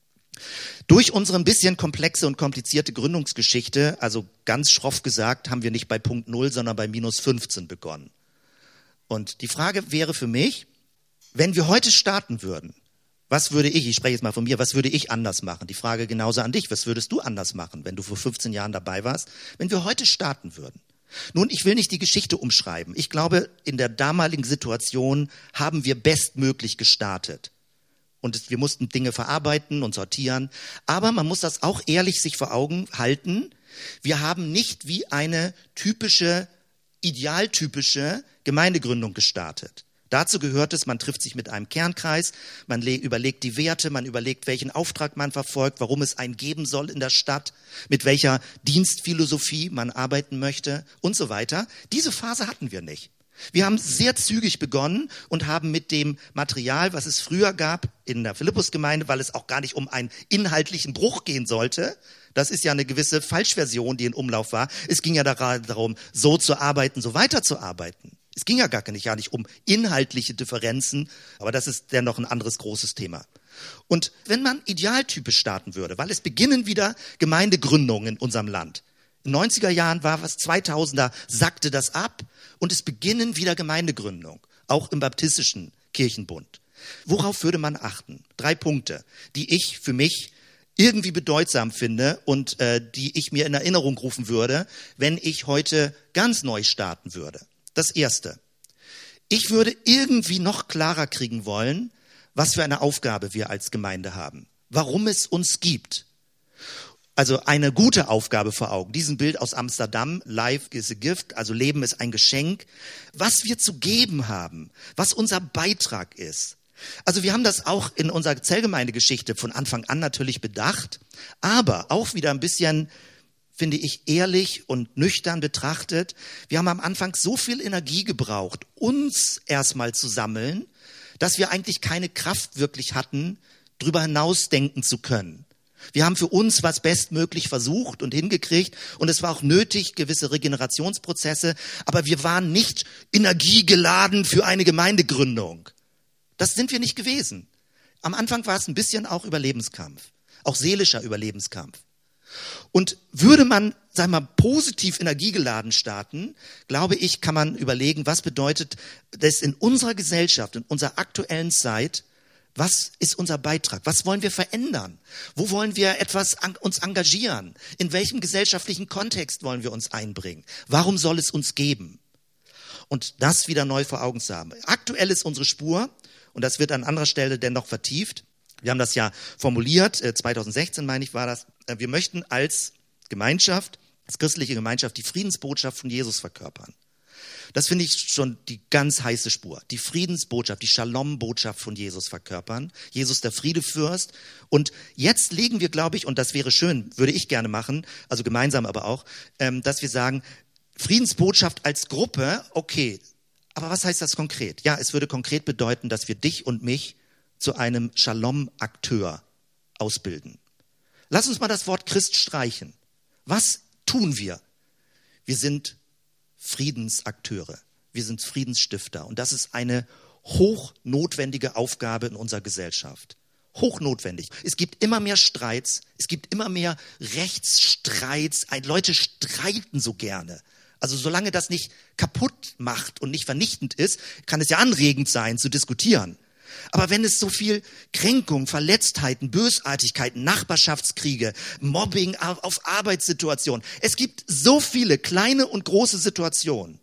A: Durch unsere ein bisschen komplexe und komplizierte Gründungsgeschichte, also ganz schroff gesagt, haben wir nicht bei Punkt null, sondern bei minus fünfzehn begonnen. Und die Frage wäre für mich, wenn wir heute starten würden, Was würde ich, ich spreche jetzt mal von mir, was würde ich anders machen? Die Frage genauso an dich, was würdest du anders machen, wenn du vor fünfzehn Jahren dabei warst, wenn wir heute starten würden? Nun, ich will nicht die Geschichte umschreiben. Ich glaube, in der damaligen Situation haben wir bestmöglich gestartet. Und es, wir mussten Dinge verarbeiten und sortieren. Aber man muss das auch ehrlich sich vor Augen halten. Wir haben nicht wie eine typische, idealtypische Gemeindegründung gestartet. Dazu gehört es, man trifft sich mit einem Kernkreis, man le- überlegt die Werte, man überlegt, welchen Auftrag man verfolgt, warum es einen geben soll in der Stadt, mit welcher Dienstphilosophie man arbeiten möchte und so weiter. Diese Phase hatten wir nicht. Wir haben sehr zügig begonnen und haben mit dem Material, was es früher gab in der Philippusgemeinde, weil es auch gar nicht um einen inhaltlichen Bruch gehen sollte. Das ist ja eine gewisse Falschversion, die in Umlauf war. Es ging ja darum, so zu arbeiten, so weiterzuarbeiten. Es ging ja gar nicht, ja nicht um inhaltliche Differenzen, aber das ist dennoch ein anderes großes Thema. Und wenn man idealtypisch starten würde, weil es beginnen wieder Gemeindegründungen in unserem Land. In den neunziger Jahren war was, zweitausender sackte das ab und es beginnen wieder Gemeindegründung, auch im baptistischen Kirchenbund. Worauf würde man achten? Drei Punkte, die ich für mich irgendwie bedeutsam finde und äh, die ich mir in Erinnerung rufen würde, wenn ich heute ganz neu starten würde. Das Erste. Ich würde irgendwie noch klarer kriegen wollen, was für eine Aufgabe wir als Gemeinde haben. Warum es uns gibt. Also eine gute Aufgabe vor Augen. Diesen Bild aus Amsterdam, Life is a gift, also Leben ist ein Geschenk. Was wir zu geben haben, was unser Beitrag ist. Also wir haben das auch in unserer Zellgemeindegeschichte von Anfang an natürlich bedacht, aber auch wieder ein bisschen, finde ich, ehrlich und nüchtern betrachtet. Wir haben am Anfang so viel Energie gebraucht, uns erstmal zu sammeln, dass wir eigentlich keine Kraft wirklich hatten, drüber hinaus denken zu können. Wir haben für uns was bestmöglich versucht und hingekriegt und es war auch nötig, gewisse Regenerationsprozesse, aber wir waren nicht energiegeladen für eine Gemeindegründung. Das sind wir nicht gewesen. Am Anfang war es ein bisschen auch Überlebenskampf, auch seelischer Überlebenskampf. Und würde man, sagen wir mal, positiv energiegeladen starten, glaube ich, kann man überlegen, was bedeutet das in unserer Gesellschaft, in unserer aktuellen Zeit, was ist unser Beitrag? Was wollen wir verändern? Wo wollen wir etwas an, uns engagieren? In welchem gesellschaftlichen Kontext wollen wir uns einbringen? Warum soll es uns geben? Und das wieder neu vor Augen zu haben. Aktuell ist unsere Spur, und das wird an anderer Stelle dennoch vertieft. Wir haben das ja formuliert, zweitausendsechzehn meine ich war das. Wir möchten als Gemeinschaft, als christliche Gemeinschaft, die Friedensbotschaft von Jesus verkörpern. Das finde ich schon die ganz heiße Spur. Die Friedensbotschaft, die Shalom-Botschaft von Jesus verkörpern. Jesus der Friedefürst. Und jetzt legen wir, glaube ich, und das wäre schön, würde ich gerne machen, also gemeinsam aber auch, dass wir sagen, Friedensbotschaft als Gruppe, okay. Aber was heißt das konkret? Ja, es würde konkret bedeuten, dass wir dich und mich zu einem Shalom-Akteur ausbilden. Lass uns mal das Wort Christ streichen. Was tun wir? Wir sind Friedensakteure. Wir sind Friedensstifter. Und das ist eine hochnotwendige Aufgabe in unserer Gesellschaft. Hochnotwendig. Es gibt immer mehr Streits. Es gibt immer mehr Rechtsstreits. Leute streiten so gerne. Also solange das nicht kaputt macht und nicht vernichtend ist, kann es ja anregend sein, zu diskutieren. Aber wenn es so viel Kränkung, Verletztheiten, Bösartigkeiten, Nachbarschaftskriege, Mobbing auf Arbeitssituationen, es gibt so viele kleine und große Situationen,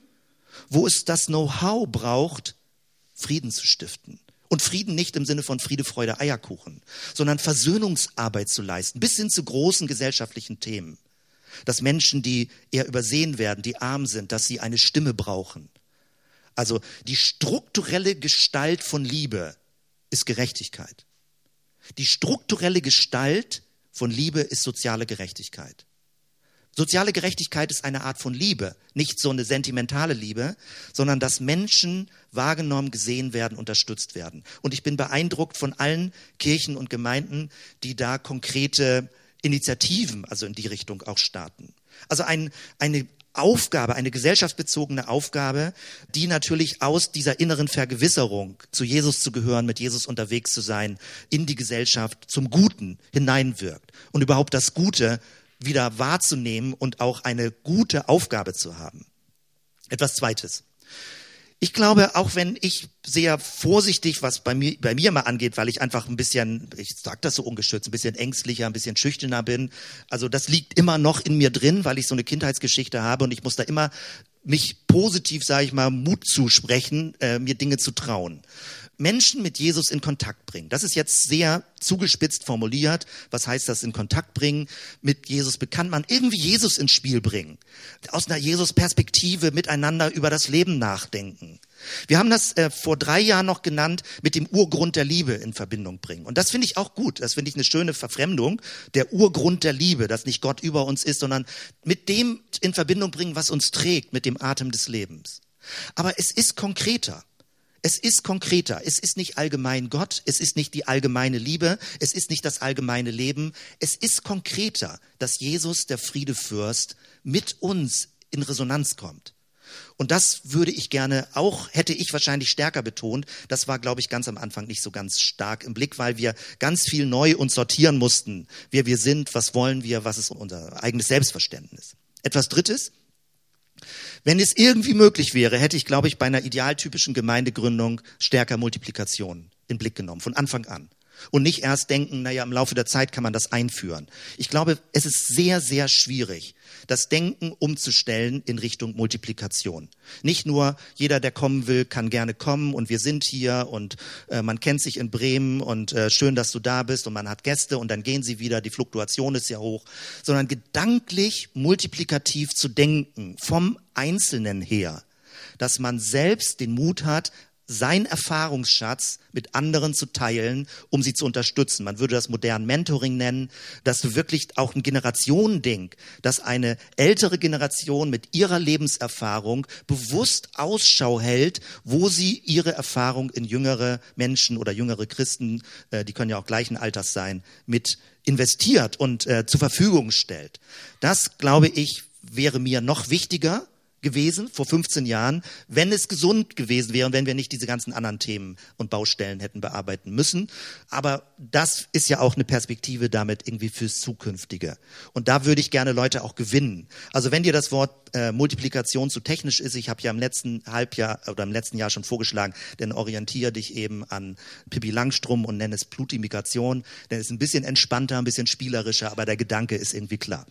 A: wo es das Know-how braucht, Frieden zu stiften. Und Frieden nicht im Sinne von Friede, Freude, Eierkuchen, sondern Versöhnungsarbeit zu leisten, bis hin zu großen gesellschaftlichen Themen. Dass Menschen, die eher übersehen werden, die arm sind, dass sie eine Stimme brauchen. Also die strukturelle Gestalt von Liebe ist Gerechtigkeit. Die strukturelle Gestalt von Liebe ist soziale Gerechtigkeit. Soziale Gerechtigkeit ist eine Art von Liebe, nicht so eine sentimentale Liebe, sondern dass Menschen wahrgenommen, gesehen werden, unterstützt werden. Und ich bin beeindruckt von allen Kirchen und Gemeinden, die da konkrete Initiativen, also in die Richtung auch starten. Also ein, eine Aufgabe, eine gesellschaftsbezogene Aufgabe, die natürlich aus dieser inneren Vergewisserung, zu Jesus zu gehören, mit Jesus unterwegs zu sein, in die Gesellschaft zum Guten hineinwirkt und überhaupt das Gute wieder wahrzunehmen und auch eine gute Aufgabe zu haben. Etwas Zweites. Ich glaube, auch wenn ich sehr vorsichtig, was bei mir, bei mir mal angeht, weil ich einfach ein bisschen, ich sag das so ungeschützt, ein bisschen ängstlicher, ein bisschen schüchterner bin. Also das liegt immer noch in mir drin, weil ich so eine Kindheitsgeschichte habe und ich muss da immer mich positiv, sage ich mal, Mut zusprechen, äh, mir Dinge zu trauen. Menschen mit Jesus in Kontakt bringen. Das ist jetzt sehr zugespitzt formuliert. Was heißt das, in Kontakt bringen? Mit Jesus bekannt man. Irgendwie Jesus ins Spiel bringen. Aus einer Jesus-Perspektive miteinander über das Leben nachdenken. Wir haben das äh, vor drei Jahren noch genannt, mit dem Urgrund der Liebe in Verbindung bringen. Und das finde ich auch gut. Das finde ich eine schöne Verfremdung. Der Urgrund der Liebe, dass nicht Gott über uns ist, sondern mit dem in Verbindung bringen, was uns trägt, mit dem Atem des Lebens. Aber es ist konkreter. Es ist konkreter. Es ist nicht allgemein Gott. Es ist nicht die allgemeine Liebe. Es ist nicht das allgemeine Leben. Es ist konkreter, dass Jesus, der Friedefürst, mit uns in Resonanz kommt. Und das würde ich gerne auch, hätte ich wahrscheinlich stärker betont. Das war, glaube ich, ganz am Anfang nicht so ganz stark im Blick, weil wir ganz viel neu uns sortieren mussten. Wer wir sind, was wollen wir, was ist unser eigenes Selbstverständnis. Etwas Drittes. Wenn es irgendwie möglich wäre, hätte ich, glaube ich, bei einer idealtypischen Gemeindegründung stärker Multiplikation in Blick genommen, von Anfang an. Und nicht erst denken, naja, im Laufe der Zeit kann man das einführen. Ich glaube, es ist sehr, sehr schwierig, das Denken umzustellen in Richtung Multiplikation. Nicht nur jeder, der kommen will, kann gerne kommen und wir sind hier und äh, man kennt sich in Bremen und äh, schön, dass du da bist und man hat Gäste und dann gehen sie wieder, die Fluktuation ist ja hoch, sondern gedanklich multiplikativ zu denken, vom Einzelnen her, dass man selbst den Mut hat, seinen Erfahrungsschatz mit anderen zu teilen, um sie zu unterstützen. Man würde das modern Mentoring nennen, dass du wirklich auch ein Generationending, dass eine ältere Generation mit ihrer Lebenserfahrung bewusst Ausschau hält, wo sie ihre Erfahrung in jüngere Menschen oder jüngere Christen, äh, die können ja auch gleichen Alters sein, mit investiert und äh, zur Verfügung stellt. Das, glaube ich, wäre mir noch wichtiger gewesen vor fünfzehn Jahren, wenn es gesund gewesen wäre und wenn wir nicht diese ganzen anderen Themen und Baustellen hätten bearbeiten müssen. Aber das ist ja auch eine Perspektive damit irgendwie fürs Zukünftige. Und da würde ich gerne Leute auch gewinnen. Also wenn dir das Wort äh, Multiplikation zu technisch ist, ich habe ja im letzten Halbjahr oder im letzten Jahr schon vorgeschlagen, dann orientiere dich eben an Pippi Langstrumpf und nenne es Plutimigration. Denn es ist ein bisschen entspannter, ein bisschen spielerischer, aber der Gedanke ist irgendwie klar.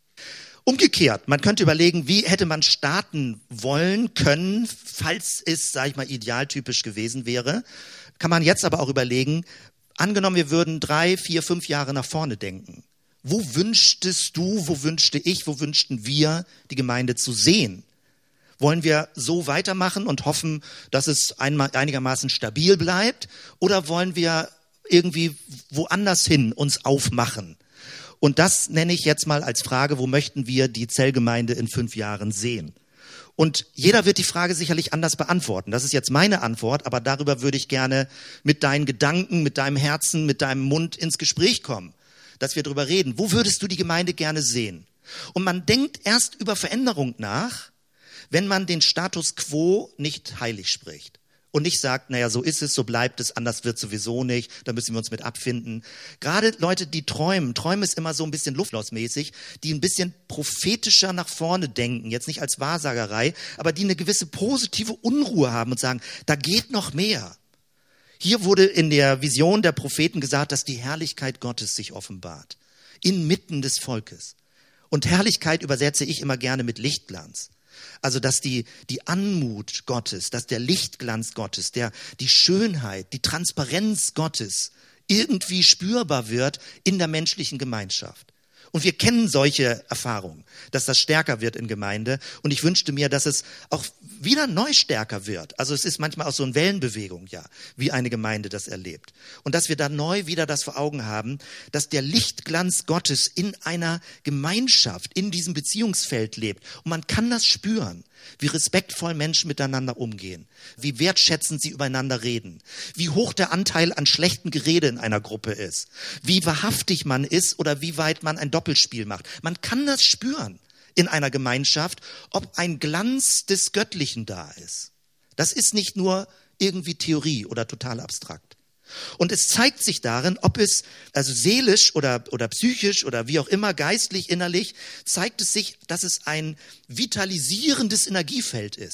A: Umgekehrt, man könnte überlegen, wie hätte man starten wollen können, falls es, sage ich mal, idealtypisch gewesen wäre. Kann man jetzt aber auch überlegen, angenommen, wir würden drei, vier, fünf Jahre nach vorne denken. Wo wünschtest du, wo wünschte ich, wo wünschten wir, die Gemeinde zu sehen? Wollen wir so weitermachen und hoffen, dass es einmal einigermaßen stabil bleibt? Oder wollen wir irgendwie woanders hin uns aufmachen? Und das nenne ich jetzt mal als Frage, wo möchten wir die Zellgemeinde in fünf Jahren sehen? Und jeder wird die Frage sicherlich anders beantworten. Das ist jetzt meine Antwort, aber darüber würde ich gerne mit deinen Gedanken, mit deinem Herzen, mit deinem Mund ins Gespräch kommen, dass wir darüber reden. Wo würdest du die Gemeinde gerne sehen? Und man denkt erst über Veränderung nach, wenn man den Status quo nicht heilig spricht. Und nicht sagt, naja, so ist es, so bleibt es, anders wird sowieso nicht, da müssen wir uns mit abfinden. Gerade Leute, die träumen, träumen ist immer so ein bisschen luftlausmäßig, die ein bisschen prophetischer nach vorne denken, jetzt nicht als Wahrsagerei, aber die eine gewisse positive Unruhe haben und sagen, da geht noch mehr. Hier wurde in der Vision der Propheten gesagt, dass die Herrlichkeit Gottes sich offenbart, inmitten des Volkes. Und Herrlichkeit übersetze ich immer gerne mit Lichtglanz. Also, dass die, die Anmut Gottes, dass der Lichtglanz Gottes, der, die Schönheit, die Transparenz Gottes irgendwie spürbar wird in der menschlichen Gemeinschaft. Und wir kennen solche Erfahrungen, dass das stärker wird in Gemeinde. Und ich wünschte mir, dass es auch wieder neu stärker wird. Also es ist manchmal auch so eine Wellenbewegung, ja, wie eine Gemeinde das erlebt. Und dass wir da neu wieder das vor Augen haben, dass der Lichtglanz Gottes in einer Gemeinschaft, in diesem Beziehungsfeld lebt. Und man kann das spüren, wie respektvoll Menschen miteinander umgehen, wie wertschätzend sie übereinander reden, wie hoch der Anteil an schlechten Gerede in einer Gruppe ist, wie wahrhaftig man ist oder wie weit man ein Doppelspiel macht. Man kann das spüren in einer Gemeinschaft, ob ein Glanz des Göttlichen da ist. Das ist nicht nur irgendwie Theorie oder total abstrakt. Und es zeigt sich darin, ob es also seelisch oder, oder psychisch oder wie auch immer, geistlich, innerlich, zeigt es sich, dass es ein vitalisierendes Energiefeld ist.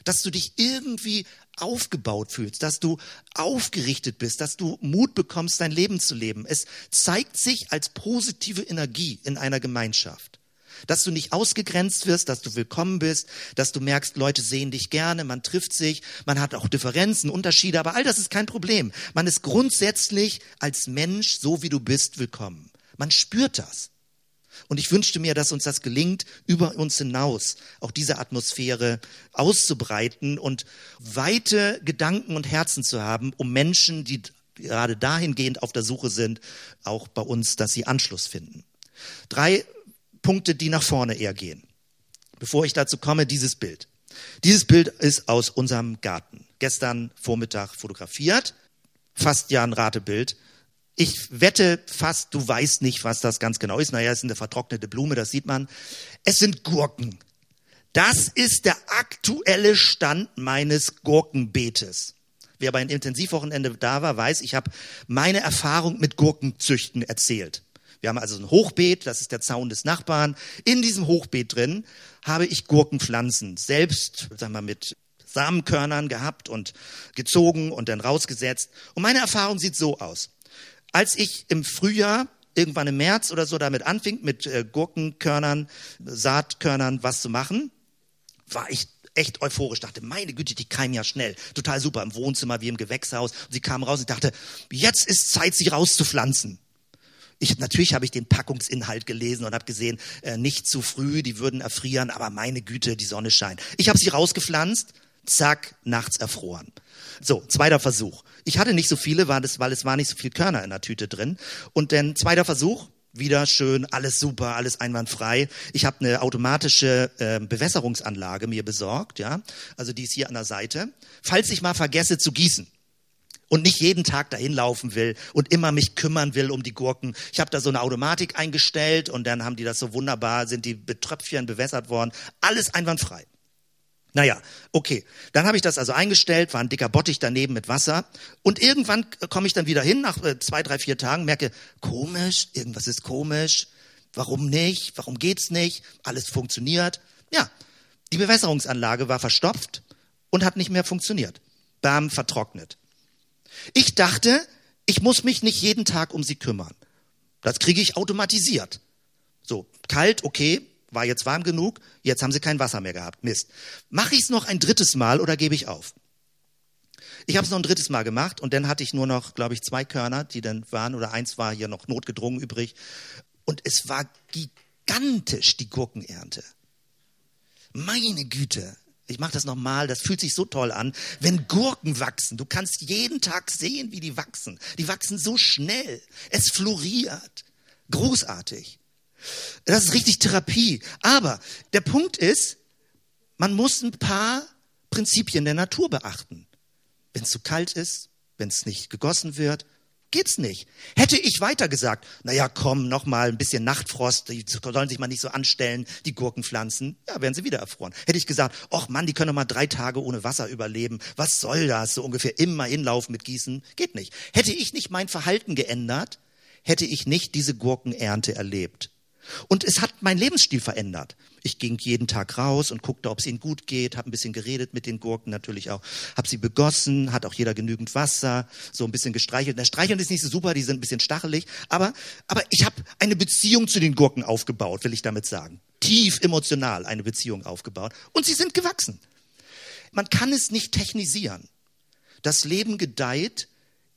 A: dass du dich irgendwie aufgebaut fühlst, dass du aufgerichtet bist, dass du Mut bekommst, dein Leben zu leben. Es zeigt sich als positive Energie in einer Gemeinschaft. Dass du nicht ausgegrenzt wirst, dass du willkommen bist, dass du merkst, Leute sehen dich gerne, man trifft sich, man hat auch Differenzen, Unterschiede, aber all das ist kein Problem. Man ist grundsätzlich als Mensch, so wie du bist, willkommen. Man spürt das. Und ich wünschte mir, dass uns das gelingt, über uns hinaus auch diese Atmosphäre auszubreiten und weite Gedanken und Herzen zu haben, um Menschen, die gerade dahingehend auf der Suche sind, auch bei uns, dass sie Anschluss finden. Drei Punkte, die nach vorne eher gehen. Bevor ich dazu komme, dieses Bild. Dieses Bild ist aus unserem Garten. Gestern Vormittag fotografiert. Fast ja ein Ratebild. Ich wette fast, du weißt nicht, was das ganz genau ist. Naja, es ist eine vertrocknete Blume, das sieht man. Es sind Gurken. Das ist der aktuelle Stand meines Gurkenbeetes. Wer bei einem Intensivwochenende da war, weiß, ich habe meine Erfahrung mit Gurkenzüchten erzählt. Wir haben also ein Hochbeet, das ist der Zaun des Nachbarn. In diesem Hochbeet drin habe ich Gurkenpflanzen selbst, sagen wir, mit Samenkörnern gehabt und gezogen und dann rausgesetzt. Und meine Erfahrung sieht so aus. Als ich im Frühjahr, irgendwann im März oder so, damit anfing, mit äh, Gurkenkörnern, Saatkörnern was zu machen, war ich echt euphorisch. Dachte, meine Güte, die keimen ja schnell. Total super, im Wohnzimmer wie im Gewächshaus. Und sie kamen raus und ich dachte, jetzt ist Zeit, sie rauszupflanzen. Ich, natürlich habe ich den Packungsinhalt gelesen und habe gesehen, äh, nicht zu früh, die würden erfrieren, aber meine Güte, die Sonne scheint. Ich habe sie rausgepflanzt, zack, nachts erfroren. So, zweiter Versuch. Ich hatte nicht so viele, weil es, weil es war nicht so viel Körner in der Tüte drin. Und dann zweiter Versuch, wieder schön, alles super, alles einwandfrei. Ich habe eine automatische äh, Bewässerungsanlage mir besorgt, ja, also die ist hier an der Seite. Falls ich mal vergesse zu gießen und nicht jeden Tag dahin laufen will und immer mich kümmern will um die Gurken. Ich habe da so eine Automatik eingestellt und dann haben die das so wunderbar, sind die Betröpfchen bewässert worden. Alles einwandfrei. Naja, okay. Dann habe ich das also eingestellt, war ein dicker Bottich daneben mit Wasser. Und irgendwann komme ich dann wieder hin, nach zwei, drei, vier Tagen, merke, komisch, irgendwas ist komisch. Warum nicht? Warum geht's nicht? Alles funktioniert. Ja, die Bewässerungsanlage war verstopft und hat nicht mehr funktioniert. Bam, vertrocknet. Ich dachte, ich muss mich nicht jeden Tag um sie kümmern. Das kriege ich automatisiert. So, kalt, okay, war jetzt warm genug, jetzt haben sie kein Wasser mehr gehabt. Mist. Mache ich es noch ein drittes Mal oder gebe ich auf? Ich habe es noch ein drittes Mal gemacht und dann hatte ich nur noch, glaube ich, zwei Körner, die dann waren, oder eins war hier noch notgedrungen übrig. Und es war gigantisch, die Gurkenernte. Meine Güte. Ich mache das nochmal, das fühlt sich so toll an. Wenn Gurken wachsen, du kannst jeden Tag sehen, wie die wachsen. Die wachsen so schnell. Es floriert. Großartig. Das ist richtig Therapie. Aber der Punkt ist, man muss ein paar Prinzipien der Natur beachten. Wenn es zu kalt ist, wenn es nicht gegossen wird, geht's nicht. Hätte ich weiter gesagt, naja, komm, noch mal ein bisschen Nachtfrost, die sollen sich mal nicht so anstellen, die Gurkenpflanzen, ja, wären sie wieder erfroren. Hätte ich gesagt, ach Mann, die können doch mal drei Tage ohne Wasser überleben, was soll das, so ungefähr immer hinlaufen mit Gießen, geht nicht. Hätte ich nicht mein Verhalten geändert, hätte ich nicht diese Gurkenernte erlebt. Und es hat meinen Lebensstil verändert. Ich ging jeden Tag raus und guckte, ob es ihnen gut geht, habe ein bisschen geredet mit den Gurken natürlich auch, habe sie begossen, hat auch jeder genügend Wasser, so ein bisschen gestreichelt. Der Streicheln ist nicht so super, die sind ein bisschen stachelig, aber, aber ich habe eine Beziehung zu den Gurken aufgebaut, will ich damit sagen. Tief emotional eine Beziehung aufgebaut und sie sind gewachsen. Man kann es nicht technisieren. Das Leben gedeiht,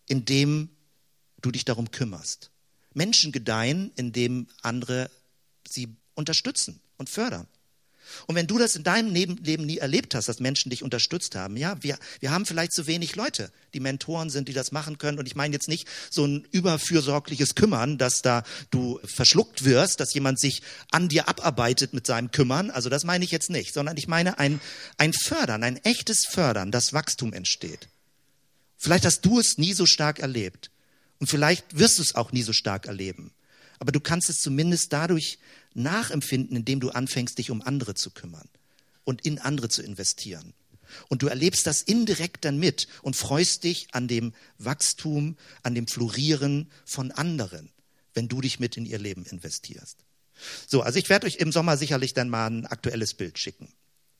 A: indem du dich darum kümmerst. Menschen gedeihen, indem andere sie unterstützen und fördern. Und wenn du das in deinem Leben nie erlebt hast, dass Menschen dich unterstützt haben, ja, wir, wir haben vielleicht zu wenig Leute, die Mentoren sind, die das machen können. Und ich meine jetzt nicht so ein überfürsorgliches Kümmern, dass da du verschluckt wirst, dass jemand sich an dir abarbeitet mit seinem Kümmern. Also das meine ich jetzt nicht, sondern ich meine ein, ein Fördern, ein echtes Fördern, dass Wachstum entsteht. Vielleicht hast du es nie so stark erlebt. Und vielleicht wirst du es auch nie so stark erleben. Aber du kannst es zumindest dadurch nachempfinden, indem du anfängst, dich um andere zu kümmern und in andere zu investieren. Und du erlebst das indirekt dann mit und freust dich an dem Wachstum, an dem Florieren von anderen, wenn du dich mit in ihr Leben investierst. So, also ich werde euch im Sommer sicherlich dann mal ein aktuelles Bild schicken.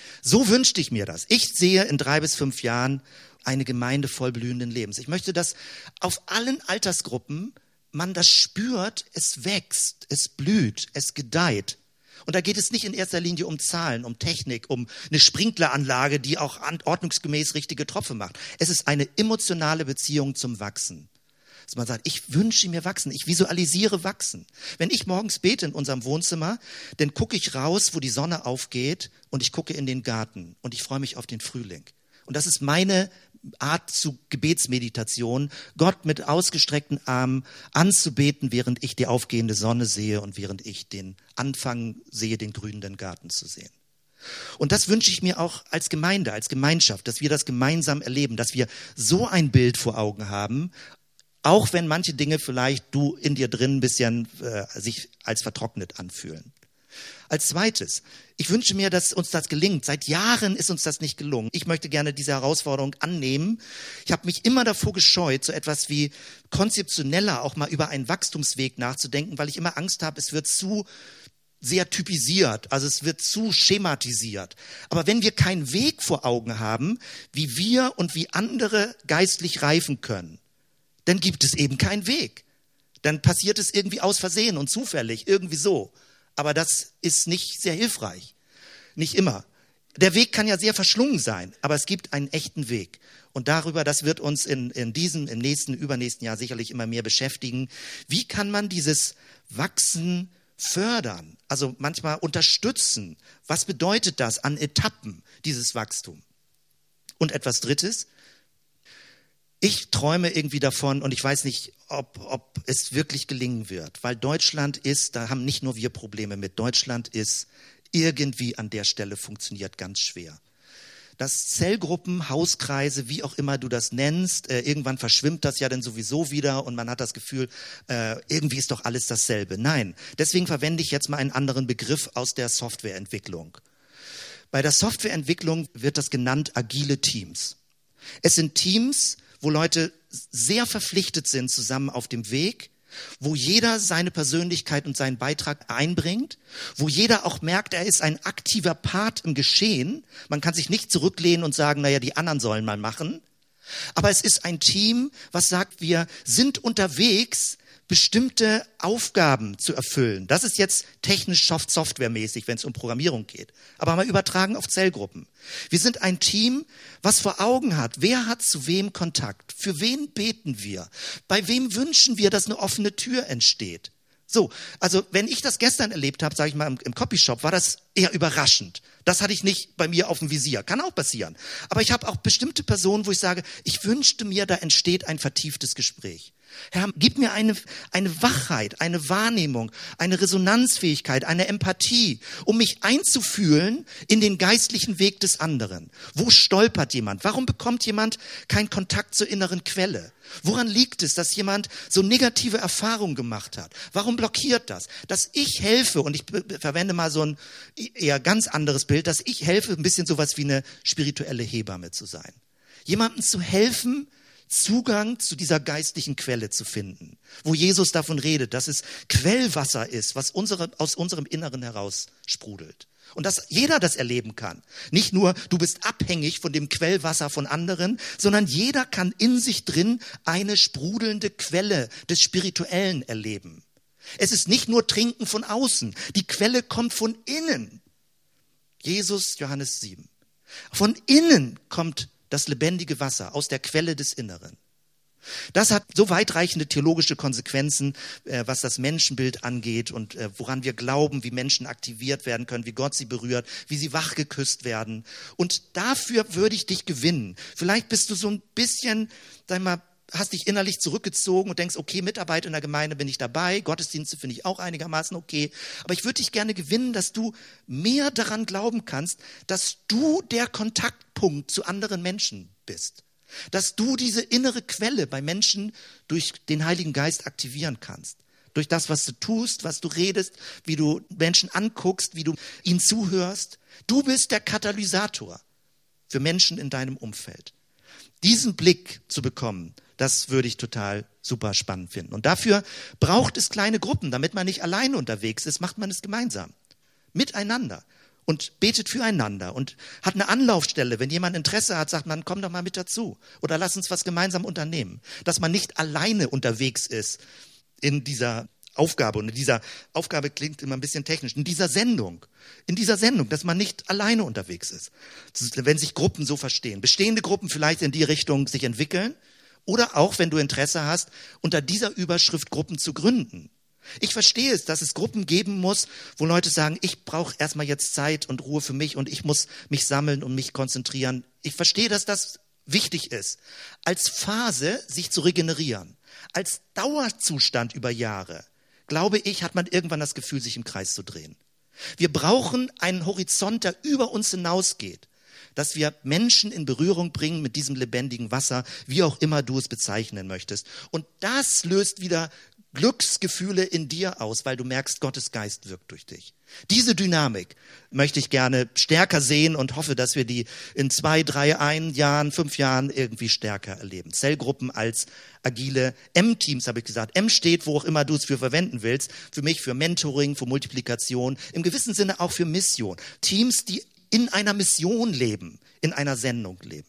A: So wünschte ich mir das. Ich sehe in drei bis fünf Jahren eine Gemeinde voll blühenden Lebens. Ich möchte, dass auf allen Altersgruppen man das spürt, es wächst, es blüht, es gedeiht. Und da geht es nicht in erster Linie um Zahlen, um Technik, um eine Sprinkleranlage, die auch ordnungsgemäß richtige Tropfe macht. Es ist eine emotionale Beziehung zum Wachsen. Dass man sagt, ich wünsche mir wachsen, ich visualisiere wachsen. Wenn ich morgens bete in unserem Wohnzimmer, dann gucke ich raus, wo die Sonne aufgeht und ich gucke in den Garten und ich freue mich auf den Frühling. Und das ist meine Art zu Gebetsmeditation, Gott mit ausgestreckten Armen anzubeten, während ich die aufgehende Sonne sehe und während ich den Anfang sehe, den grünenden Garten zu sehen. Und das wünsche ich mir auch als Gemeinde, als Gemeinschaft, dass wir das gemeinsam erleben, dass wir so ein Bild vor Augen haben, auch wenn manche Dinge vielleicht du in dir drin ein bisschen äh, sich als vertrocknet anfühlen. Als zweites, ich wünsche mir, dass uns das gelingt. Seit Jahren ist uns das nicht gelungen. Ich möchte gerne diese Herausforderung annehmen. Ich habe mich immer davor gescheut, so etwas wie konzeptioneller auch mal über einen Wachstumsweg nachzudenken, weil ich immer Angst habe, es wird zu sehr typisiert, also es wird zu schematisiert. Aber wenn wir keinen Weg vor Augen haben, wie wir und wie andere geistlich reifen können, dann gibt es eben keinen Weg. Dann passiert es irgendwie aus Versehen und zufällig, irgendwie so. Aber das ist nicht sehr hilfreich. Nicht immer. Der Weg kann ja sehr verschlungen sein, aber es gibt einen echten Weg. Und darüber, das wird uns in, in diesem, im nächsten, übernächsten Jahr sicherlich immer mehr beschäftigen. Wie kann man dieses Wachsen fördern? Also manchmal unterstützen. Was bedeutet das an Etappen, dieses Wachstum? Und etwas Drittes. Ich träume irgendwie davon und ich weiß nicht, ob, ob es wirklich gelingen wird, weil Deutschland ist, da haben nicht nur wir Probleme mit, Deutschland ist irgendwie an der Stelle funktioniert ganz schwer. Dass Zellgruppen, Hauskreise, wie auch immer du das nennst, äh, irgendwann verschwimmt das ja dann sowieso wieder und man hat das Gefühl, äh, irgendwie ist doch alles dasselbe. Nein, deswegen verwende ich jetzt mal einen anderen Begriff aus der Softwareentwicklung. Bei der Softwareentwicklung wird das genannt agile Teams. Es sind Teams, wo Leute sehr verpflichtet sind zusammen auf dem Weg, wo jeder seine Persönlichkeit und seinen Beitrag einbringt, wo jeder auch merkt, er ist ein aktiver Part im Geschehen. Man kann sich nicht zurücklehnen und sagen, naja, die anderen sollen mal machen. Aber es ist ein Team, was sagt, wir sind unterwegs, bestimmte Aufgaben zu erfüllen. Das ist jetzt technisch softwaremäßig, wenn es um Programmierung geht. Aber mal übertragen auf Zellgruppen. Wir sind ein Team, was vor Augen hat, wer hat zu wem Kontakt? Für wen beten wir? Bei wem wünschen wir, dass eine offene Tür entsteht? So, also wenn ich das gestern erlebt habe, sage ich mal im, im Copyshop, war das eher überraschend. Das hatte ich nicht bei mir auf dem Visier. Kann auch passieren. Aber ich habe auch bestimmte Personen, wo ich sage, ich wünschte mir, da entsteht ein vertieftes Gespräch. Herr, gib mir eine, eine Wachheit, eine Wahrnehmung, eine Resonanzfähigkeit, eine Empathie, um mich einzufühlen in den geistlichen Weg des anderen. Wo stolpert jemand? Warum bekommt jemand keinen Kontakt zur inneren Quelle? Woran liegt es, dass jemand so negative Erfahrungen gemacht hat? Warum blockiert das? Dass ich helfe, und ich verwende mal so ein eher ganz anderes Bild, dass ich helfe, ein bisschen sowas wie eine spirituelle Hebamme zu sein. Jemandem zu helfen, Zugang zu dieser geistlichen Quelle zu finden, wo Jesus davon redet, dass es Quellwasser ist, was unsere, aus unserem Inneren heraus sprudelt. Und dass jeder das erleben kann. Nicht nur, du bist abhängig von dem Quellwasser von anderen, sondern jeder kann in sich drin eine sprudelnde Quelle des Spirituellen erleben. Es ist nicht nur Trinken von außen, die Quelle kommt von innen. Jesus, Johannes sieben. Von innen kommt das lebendige Wasser aus der Quelle des Inneren. Das hat so weitreichende theologische Konsequenzen, äh, was das Menschenbild angeht und äh, woran wir glauben, wie Menschen aktiviert werden können, wie Gott sie berührt, wie sie wachgeküsst werden. Und dafür würde ich dich gewinnen. Vielleicht bist du so ein bisschen, sag mal, hast dich innerlich zurückgezogen und denkst, okay, Mitarbeit in der Gemeinde bin ich dabei, Gottesdienste finde ich auch einigermaßen okay. Aber ich würde dich gerne gewinnen, dass du mehr daran glauben kannst, dass du der Kontaktpunkt zu anderen Menschen bist. Dass du diese innere Quelle bei Menschen durch den Heiligen Geist aktivieren kannst. Durch das, was du tust, was du redest, wie du Menschen anguckst, wie du ihnen zuhörst. Du bist der Katalysator für Menschen in deinem Umfeld. Diesen Blick zu bekommen, das würde ich total super spannend finden. Und dafür braucht es kleine Gruppen. Damit man nicht alleine unterwegs ist, macht man es gemeinsam. Miteinander. und betet füreinander und hat eine Anlaufstelle. Wenn jemand Interesse hat, sagt man, komm doch mal mit dazu oder lass uns was gemeinsam unternehmen. Dass man nicht alleine unterwegs ist in dieser Aufgabe. Und in dieser Aufgabe klingt immer ein bisschen technisch. In dieser Sendung, in dieser Sendung, dass man nicht alleine unterwegs ist. Wenn sich Gruppen so verstehen. Bestehende Gruppen vielleicht in die Richtung sich entwickeln oder auch, wenn du Interesse hast, unter dieser Überschrift Gruppen zu gründen. Ich verstehe es, dass es Gruppen geben muss, wo Leute sagen, ich brauche erstmal jetzt Zeit und Ruhe für mich und ich muss mich sammeln und mich konzentrieren. Ich verstehe, dass das wichtig ist. Als Phase, sich zu regenerieren. Als Dauerzustand über Jahre. Glaube ich, hat man irgendwann das Gefühl, sich im Kreis zu drehen. Wir brauchen einen Horizont, der über uns hinausgeht, dass wir Menschen in Berührung bringen mit diesem lebendigen Wasser, wie auch immer du es bezeichnen möchtest. Und das löst wieder Glücksgefühle in dir aus, weil du merkst, Gottes Geist wirkt durch dich. Diese Dynamik möchte ich gerne stärker sehen und hoffe, dass wir die in zwei, drei, ein Jahren, fünf Jahren irgendwie stärker erleben. Zellgruppen als agile M-Teams, habe ich gesagt. M steht, wo auch immer du es für verwenden willst. Für mich für Mentoring, für Multiplikation, im gewissen Sinne auch für Mission. Teams, die in einer Mission leben, in einer Sendung leben.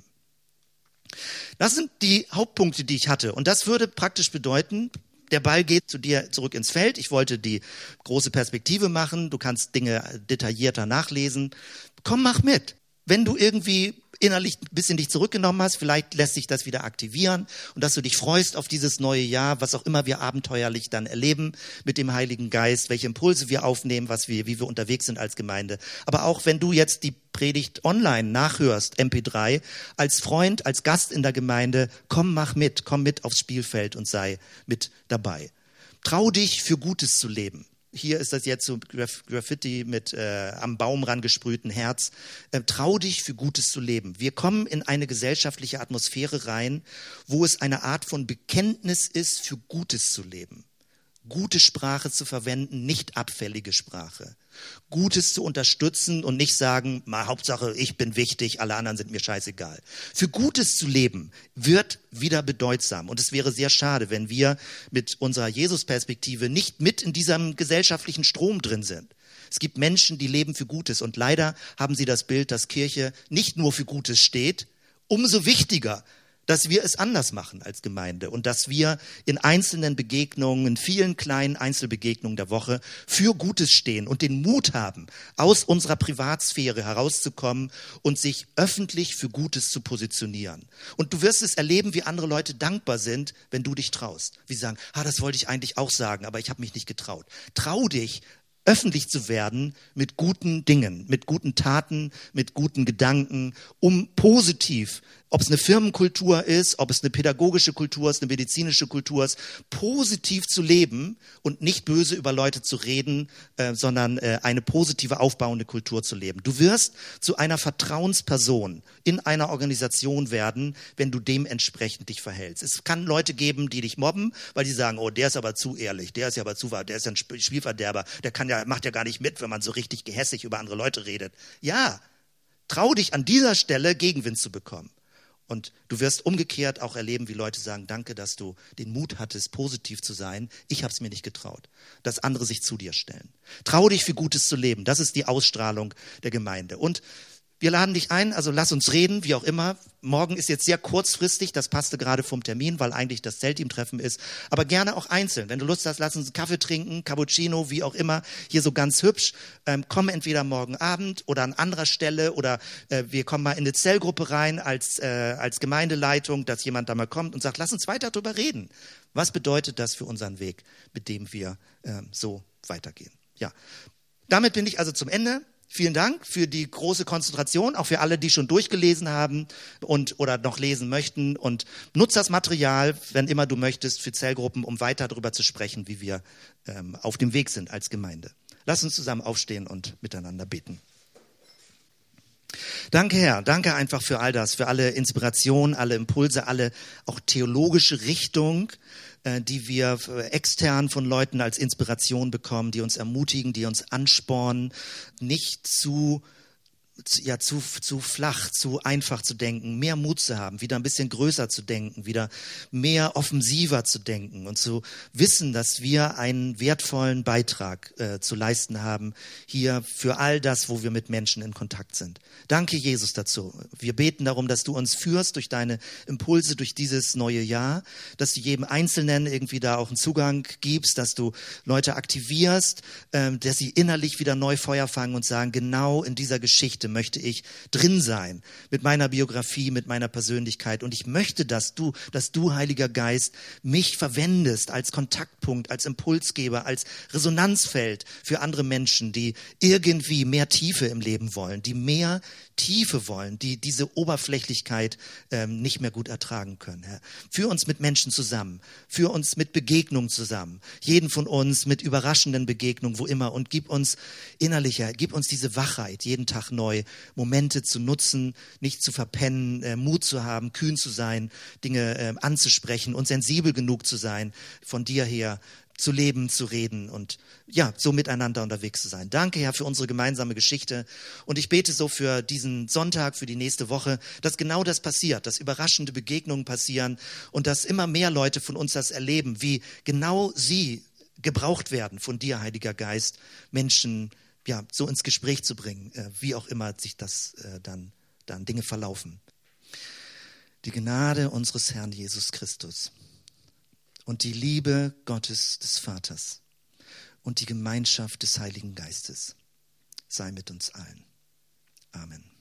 A: Das sind die Hauptpunkte, die ich hatte. Und das würde praktisch bedeuten, der Ball geht zu dir zurück ins Feld. Ich wollte die große Perspektive machen. Du kannst Dinge detaillierter nachlesen. Komm, mach mit. Wenn du irgendwie innerlich ein bisschen dich zurückgenommen hast, vielleicht lässt sich das wieder aktivieren und dass du dich freust auf dieses neue Jahr, was auch immer wir abenteuerlich dann erleben mit dem Heiligen Geist, welche Impulse wir aufnehmen, was wir, wie wir unterwegs sind als Gemeinde. Aber auch wenn du jetzt die Predigt online nachhörst, M P drei, als Freund, als Gast in der Gemeinde, komm, mach mit, komm mit aufs Spielfeld und sei mit dabei. Trau dich, für Gutes zu leben. Hier ist das jetzt so Graffiti mit äh, am Baum rangesprühten Herz. Äh, trau dich, für Gutes zu leben. Wir kommen in eine gesellschaftliche Atmosphäre rein, wo es eine Art von Bekenntnis ist, für Gutes zu leben. Gute Sprache zu verwenden, nicht abfällige Sprache. Gutes zu unterstützen und nicht sagen, mal Hauptsache ich bin wichtig, alle anderen sind mir scheißegal. Für Gutes zu leben wird wieder bedeutsam und es wäre sehr schade, wenn wir mit unserer Jesus-Perspektive nicht mit in diesem gesellschaftlichen Strom drin sind. Es gibt Menschen, die leben für Gutes und leider haben sie das Bild, dass Kirche nicht nur für Gutes steht, umso wichtiger, dass wir es anders machen als Gemeinde und dass wir in einzelnen Begegnungen, in vielen kleinen Einzelbegegnungen der Woche für Gutes stehen und den Mut haben, aus unserer Privatsphäre herauszukommen und sich öffentlich für Gutes zu positionieren. Und du wirst es erleben, wie andere Leute dankbar sind, wenn du dich traust. Wie sie sagen, ah, das wollte ich eigentlich auch sagen, aber ich habe mich nicht getraut. Trau dich, öffentlich zu werden mit guten Dingen, mit guten Taten, mit guten Gedanken, um positiv, ob es eine Firmenkultur ist, ob es eine pädagogische Kultur ist, eine medizinische Kultur ist, positiv zu leben und nicht böse über Leute zu reden, äh, sondern äh, eine positive, aufbauende Kultur zu leben. Du wirst zu einer Vertrauensperson in einer Organisation werden, wenn du dementsprechend dich verhältst. Es kann Leute geben, die dich mobben, weil die sagen, oh, der ist aber zu ehrlich, der ist ja aber zu, der ist ja ein Spielverderber, der kann ja, macht ja gar nicht mit, wenn man so richtig gehässig über andere Leute redet. Ja, trau dich an dieser Stelle Gegenwind zu bekommen. Und du wirst umgekehrt auch erleben, wie Leute sagen, danke, dass du den Mut hattest, positiv zu sein. Ich habe es mir nicht getraut, dass andere sich zu dir stellen. Trau dich, für Gutes zu leben. Das ist die Ausstrahlung der Gemeinde. Und wir laden dich ein, also lass uns reden, wie auch immer. Morgen ist jetzt sehr kurzfristig, das passte gerade vom Termin, weil eigentlich das Zellteam-Treffen ist. Aber gerne auch einzeln. Wenn du Lust hast, lass uns einen Kaffee trinken, Cappuccino, wie auch immer. Hier so ganz hübsch. Ähm, komm entweder morgen Abend oder an anderer Stelle oder äh, wir kommen mal in eine Zellgruppe rein als, äh, als Gemeindeleitung, dass jemand da mal kommt und sagt, lass uns weiter darüber reden. Was bedeutet das für unseren Weg, mit dem wir äh, so weitergehen? Ja, damit bin ich also zum Ende. Vielen Dank für die große Konzentration, auch für alle, die schon durchgelesen haben und oder noch lesen möchten. Und nutz das Material, wenn immer du möchtest, für Zellgruppen, um weiter darüber zu sprechen, wie wir ähm, auf dem Weg sind als Gemeinde. Lass uns zusammen aufstehen und miteinander beten. Danke, Herr. Danke einfach für all das, für alle Inspirationen, alle Impulse, alle auch theologische Richtung, äh, die wir extern von Leuten als Inspiration bekommen, die uns ermutigen, die uns anspornen, nicht zu ja, zu, zu flach, zu einfach zu denken, mehr Mut zu haben, wieder ein bisschen größer zu denken, wieder mehr offensiver zu denken und zu wissen, dass wir einen wertvollen Beitrag äh, zu leisten haben hier für all das, wo wir mit Menschen in Kontakt sind. Danke, Jesus, dazu. Wir beten darum, dass du uns führst durch deine Impulse, durch dieses neue Jahr, dass du jedem Einzelnen irgendwie da auch einen Zugang gibst, dass du Leute aktivierst, äh, dass sie innerlich wieder neu Feuer fangen und sagen, genau in dieser Geschichte möchte ich drin sein, mit meiner Biografie, mit meiner Persönlichkeit. Und ich möchte, dass du, dass du, Heiliger Geist, mich verwendest als Kontaktpunkt, als Impulsgeber, als Resonanzfeld für andere Menschen, die irgendwie mehr Tiefe im Leben wollen, die mehr Tiefe wollen, die diese Oberflächlichkeit ähm, nicht mehr gut ertragen können. Herr. Führ uns mit Menschen zusammen, führ uns mit Begegnungen zusammen, jeden von uns mit überraschenden Begegnungen, wo immer, und gib uns innerlicher, gib uns diese Wachheit, jeden Tag neu Momente zu nutzen, nicht zu verpennen, äh, Mut zu haben, kühn zu sein, Dinge äh, anzusprechen und sensibel genug zu sein, von dir her zu leben, zu reden und ja, so miteinander unterwegs zu sein. Danke, Herr, für unsere gemeinsame Geschichte. Und ich bete so für diesen Sonntag, für die nächste Woche, dass genau das passiert, dass überraschende Begegnungen passieren und dass immer mehr Leute von uns das erleben, wie genau sie gebraucht werden von dir, Heiliger Geist, Menschen ja, so ins Gespräch zu bringen, äh, wie auch immer sich das äh, dann, dann Dinge verlaufen. Die Gnade unseres Herrn Jesus Christus und die Liebe Gottes des Vaters und die Gemeinschaft des Heiligen Geistes sei mit uns allen. Amen.